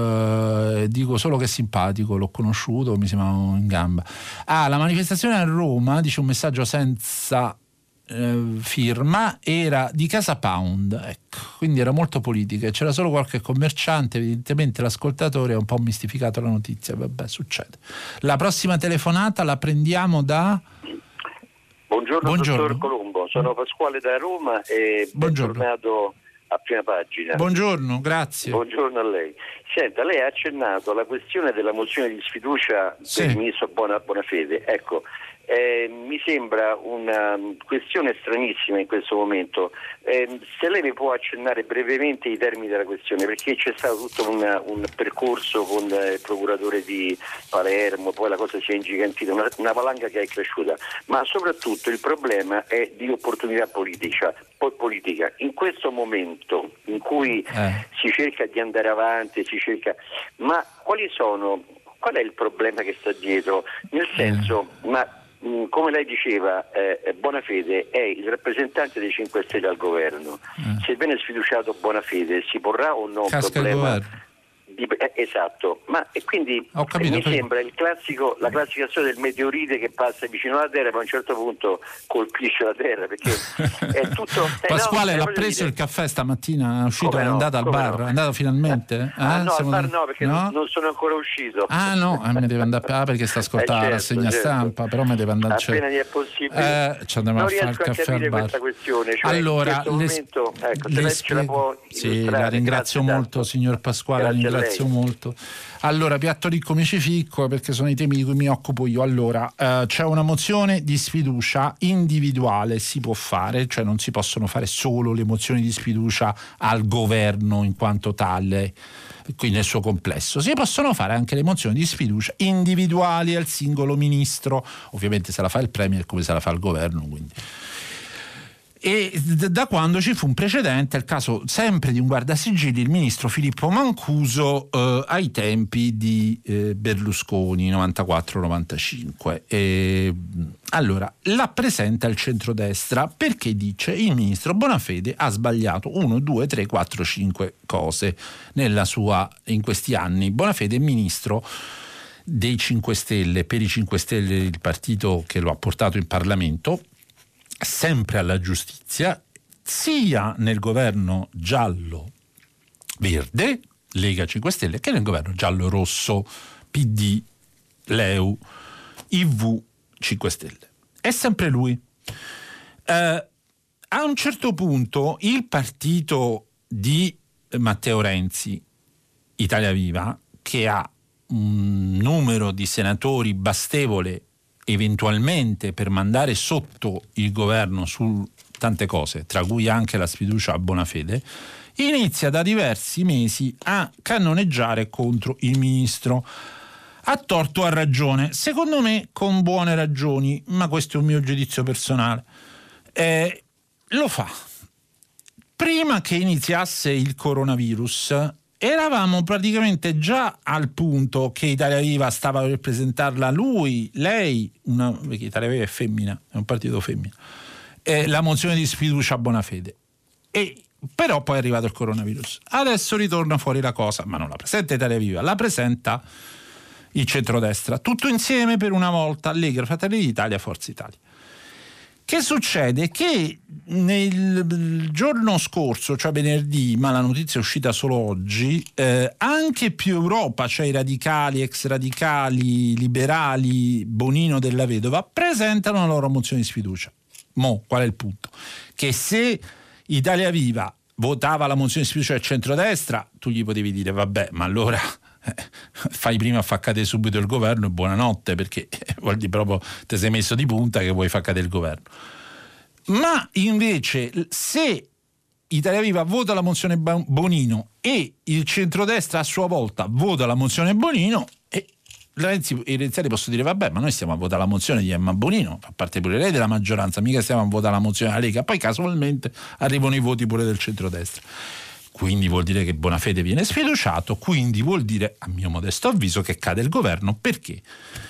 uh, dico solo che è simpatico, l'ho conosciuto, mi sembra in gamba. Ah, la manifestazione a Roma, dice un messaggio senza uh, firma, era di Casa Pound, ecco, quindi era molto politica, c'era solo qualche commerciante, evidentemente l'ascoltatore ha un po' mistificato la notizia, vabbè, succede. La prossima telefonata la prendiamo da... Buongiorno, Buongiorno. dottor Colombo, sono Pasquale da Roma e Buongiorno. bentornato a Prima Pagina. Buongiorno, grazie. Buongiorno a lei. Senta, lei ha accennato alla questione della mozione di sfiducia sì. del ministro Buona, Bonafede. Ecco, eh, mi sembra una questione stranissima in questo momento. Eh, se lei mi può accennare brevemente i termini della questione, perché c'è stato tutto una, un percorso con il procuratore di Palermo, poi la cosa si è ingigantita, una, una valanga che è cresciuta, ma soprattutto il problema è di opportunità politica. Poi politica. In questo momento in cui eh. si cerca di andare avanti, si cerca, ma quali sono, qual è il problema che sta dietro? Nel senso, eh. ma mh, come lei diceva, eh, Bonafede è il rappresentante dei cinque Stelle al governo. Eh. Se viene sfiduciato Bonafede, si porrà o no un Casca problema? Di, eh, esatto, ma e quindi Ho capito, mi poi... sembra il classico, la classica storia del meteorite che passa vicino alla Terra, ma a un certo punto colpisce la Terra, perché è tutto. Eh, Pasquale no, l'ha preso dire... il caffè stamattina, è uscito, come è no, andato al bar, no. è andato finalmente? Eh? Ah, no, Siamo... al bar no, perché no? non sono ancora uscito. Ah no, me ne deve andare ah, perché sta ascoltando eh, la certo, rassegna certo. stampa, però me deve andare. Appena gli è possibile. Eh, ci andremo non a fare il caffè al bar. Questa questione, cioè allora, in questo le, momento, ecco, le se spiego... ce la può sì, la ringrazio molto, tanto. Signor Pasquale, la ringrazio molto. Allora, piatto ricco mi ci ficco perché sono i temi di cui mi occupo io. Allora, eh, c'è una mozione di sfiducia individuale, si può fare, cioè non si possono fare solo le mozioni di sfiducia al governo in quanto tale, quindi nel suo complesso. Si possono fare anche le mozioni di sfiducia individuali al singolo ministro, ovviamente se la fa il premier come se la fa il governo, quindi. E da quando ci fu un precedente, il caso sempre di un guardasigilli, il ministro Filippo Mancuso eh, ai tempi di eh, Berlusconi novantaquattro novantacinque. E, allora la presenta il centrodestra perché dice il ministro Bonafede ha sbagliato uno, due, tre, quattro, cinque cose nella sua, in questi anni. Bonafede è ministro dei cinque Stelle, per i cinque Stelle il partito che lo ha portato in Parlamento, sempre alla giustizia, sia nel governo giallo-verde, Lega cinque Stelle, che nel governo giallo-rosso, P D, L E U, I V, cinque Stelle. È sempre lui. Eh, a un certo punto il partito di Matteo Renzi, Italia Viva, che ha un numero di senatori bastevole eventualmente per mandare sotto il governo su tante cose, tra cui anche la sfiducia a Bonafede, inizia da diversi mesi a cannoneggiare contro il ministro, ha torto o ha ragione? Secondo me con buone ragioni, ma questo è un mio giudizio personale. Eh, lo fa. Prima che iniziasse il coronavirus eravamo praticamente già al punto che Italia Viva stava per presentarla lui, lei, una, perché Italia Viva è femmina, è un partito femmina, eh, la mozione di sfiducia a Bonafede. E però poi è arrivato il coronavirus. Adesso ritorna fuori la cosa, ma non la presenta Italia Viva, la presenta il centrodestra, tutto insieme per una volta, Lega, Fratelli d'Italia, Forza Italia. Che succede? Che nel giorno scorso, cioè venerdì, ma la notizia è uscita solo oggi, eh, anche Più Europa, cioè i radicali, ex radicali, liberali, Bonino della Vedova, presentano la loro mozione di sfiducia. Mo, qual è il punto? Che se Italia Viva votava la mozione di sfiducia del centrodestra, tu gli potevi dire vabbè, ma allora eh, fai prima a far cadere subito il governo e buonanotte, perché eh, vuol dire proprio ti sei messo di punta che vuoi far cadere il governo. Ma invece se Italia Viva vota la mozione Bonino e il centrodestra a sua volta vota la mozione Bonino, e Renzi, i renziani possono dire vabbè, ma noi stiamo a votare la mozione di Emma Bonino, fa parte pure lei della maggioranza, mica stiamo a votare la mozione della Lega, poi casualmente arrivano i voti pure del centrodestra. Quindi vuol dire che Bonafede viene sfiduciato, quindi vuol dire, a mio modesto avviso, che cade il governo, perché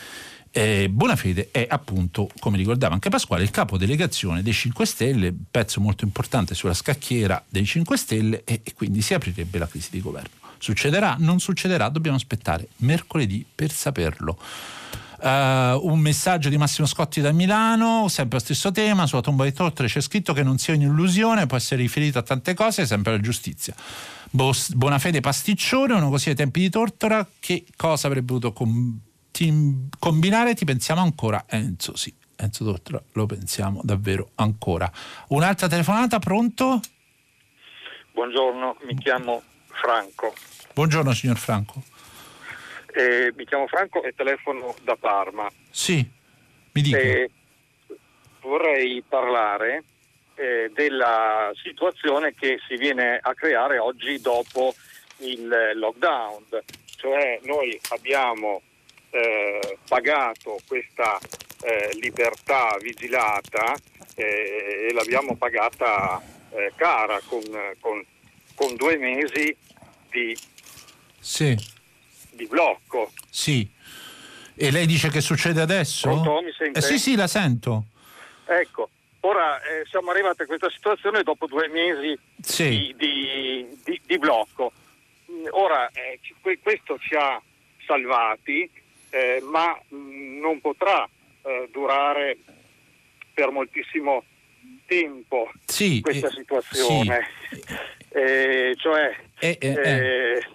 eh, Bonafede è appunto, come ricordava anche Pasquale, il capo delegazione dei cinque Stelle, pezzo molto importante sulla scacchiera dei cinque Stelle, e, e quindi si aprirebbe la crisi di governo. Succederà? Non succederà? Dobbiamo aspettare mercoledì per saperlo. Uh, un messaggio di Massimo Scotti da Milano, sempre lo stesso tema, sulla tomba di Tortre c'è scritto che non sia un'illusione, può essere riferito a tante cose, sempre la giustizia. Bos- Bonafede pasticcione, uno così ai tempi di Tortora, che cosa avrebbe potuto com- tim- combinare? Ti pensiamo ancora? Enzo, sì, Enzo Tortora lo pensiamo davvero ancora. Un'altra telefonata, pronto? Buongiorno, mi chiamo Franco. Buongiorno signor Franco. Eh, mi chiamo Franco e telefono da Parma. Sì, mi dica. Eh, vorrei parlare eh, della situazione che si viene a creare oggi dopo il lockdown. Cioè noi abbiamo eh, pagato questa eh, libertà vigilata eh, e l'abbiamo pagata eh, cara con, con, con due mesi di... Sì. di blocco. Sì. E lei dice che succede adesso? Pronto, mi sente? Eh sì, sì, la sento. Ecco, ora eh, siamo arrivati a questa situazione dopo due mesi sì. di, di, di, di blocco. Ora, eh, questo ci ha salvati, eh, ma mh, non potrà eh, durare per moltissimo tempo sì, questa eh, situazione. Sì. Eh, cioè... Eh, eh, eh. Eh,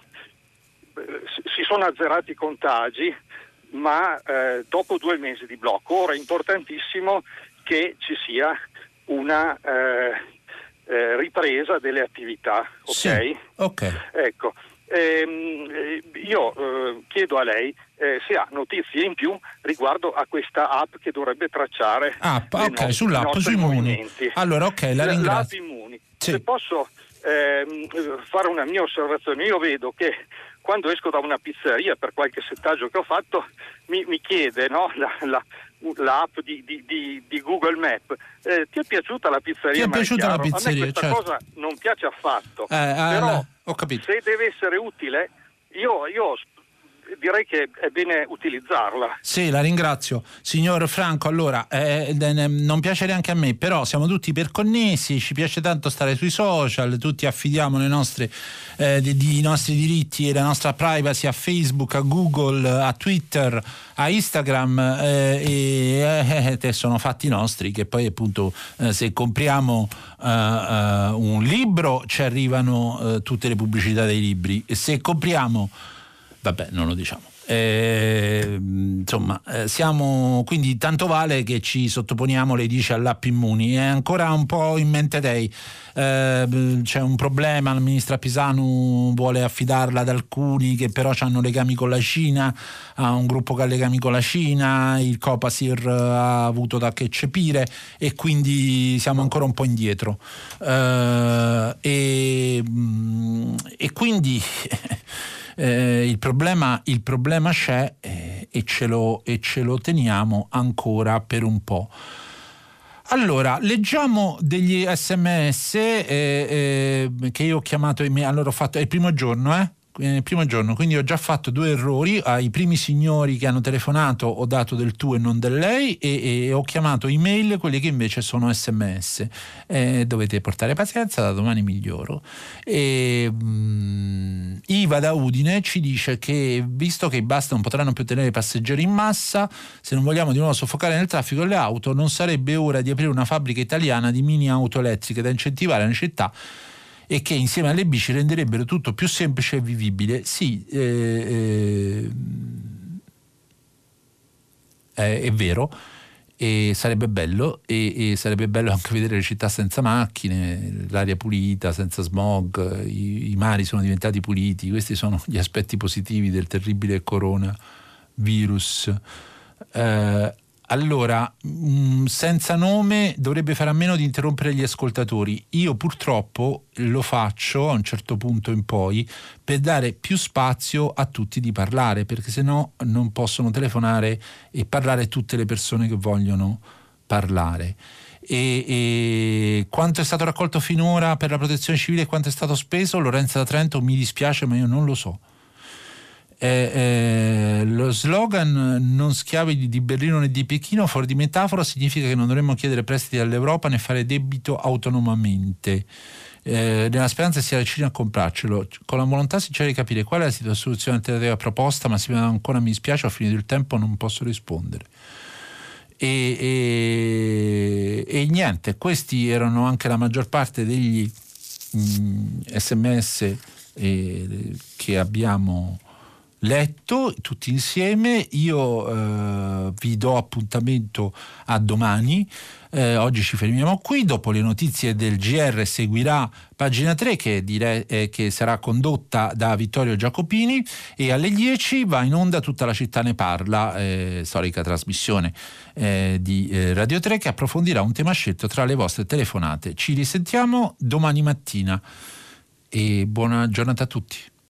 si sono azzerati i contagi, ma eh, dopo due mesi di blocco. Ora è importantissimo che ci sia una eh, eh, ripresa delle attività, ok? Sì, okay. Ecco, ehm, io eh, chiedo a lei eh, se ha notizie in più riguardo a questa app che dovrebbe tracciare app, le ok, no- sull'app, sui Immuni. Allora, ok, la ringrazio. L'app Immuni. Sì. Se posso ehm, fare una mia osservazione, io vedo che quando esco da una pizzeria per qualche settaggio che ho fatto mi, mi chiede, no, la, la, l'app di, di, di, di Google Map, eh, ti è piaciuta la pizzeria? Ti è piaciuta la pizzeria? A me questa certo. cosa non piace affatto, eh, però eh, ho capito. Se deve essere utile io, io direi che è bene utilizzarla. Sì, la ringrazio. Signor Franco, allora, eh, non piace neanche a me, però siamo tutti iperconnessi, ci piace tanto stare sui social, tutti affidiamo le nostre, eh, di, di, i nostri diritti e la nostra privacy a Facebook, a Google, a Twitter, a Instagram, eh, e eh, sono fatti nostri, che poi appunto eh, se compriamo eh, eh, un libro ci arrivano eh, tutte le pubblicità dei libri, e se compriamo vabbè, non lo diciamo. Eh, insomma, eh, siamo, quindi tanto vale che ci sottoponiamo, lei dice, all'app Immuni. È ancora un po' in mente lei. Eh, c'è un problema, il ministro Pisanu vuole affidarla ad alcuni che però hanno legami con la Cina, a un gruppo che ha legami con la Cina, il Copasir ha avuto da che cepire e quindi siamo ancora un po' indietro. Eh, e, e quindi... Eh, il problema il problema c'è, eh, e ce lo, e ce lo teniamo ancora per un po'. Allora, leggiamo degli sms eh, eh, che io ho chiamato, allora ho fatto, è il primo giorno, eh? Il primo giorno, quindi ho già fatto due errori. Ai primi signori che hanno telefonato ho dato del tu e non del lei, e, e ho chiamato email quelli che invece sono sms. Eh, dovete portare pazienza, da domani miglioro. E, mh, Iva da Udine ci dice che visto che i bus non potranno più tenere passeggeri in massa, se non vogliamo di nuovo soffocare nel traffico le auto, non sarebbe ora di aprire una fabbrica italiana di mini auto elettriche da incentivare nelle città e che insieme alle bici renderebbero tutto più semplice e vivibile? Sì, eh, eh, è vero, e sarebbe bello, e, e sarebbe bello anche vedere le città senza macchine, l'aria pulita, senza smog, i, i mari sono diventati puliti. Questi sono gli aspetti positivi del terribile coronavirus. Eh, Allora, mh, senza nome dovrebbe fare a meno di interrompere gli ascoltatori. Io purtroppo lo faccio a un certo punto in poi per dare più spazio a tutti di parlare, perché sennò non possono telefonare e parlare tutte le persone che vogliono parlare. E, e quanto è stato raccolto finora per la protezione civile e quanto è stato speso? Lorenza da Trento, mi dispiace ma io non lo so. Eh, eh, lo slogan non schiavi di, di Berlino né di Pechino, fuori di metafora, significa che non dovremmo chiedere prestiti all'Europa né fare debito autonomamente, eh, nella speranza sia la Cina a comprarcelo, con la volontà sincera di capire qual è la soluzione alternativa proposta, ma se ancora mi dispiace, ho finito il tempo, non posso rispondere. E, e, e niente, questi erano anche la maggior parte degli mh, sms eh, che abbiamo letto tutti insieme. Io eh, vi do appuntamento a domani. Eh, oggi ci fermiamo qui, dopo le notizie del G R seguirà Pagina tre che, dire, eh, che sarà condotta da Vittorio Giacopini, e alle dieci va in onda Tutta la città ne parla, eh, storica trasmissione eh, di eh, Radio tre che approfondirà un tema scelto tra le vostre telefonate. Ci risentiamo domani mattina e buona giornata a tutti.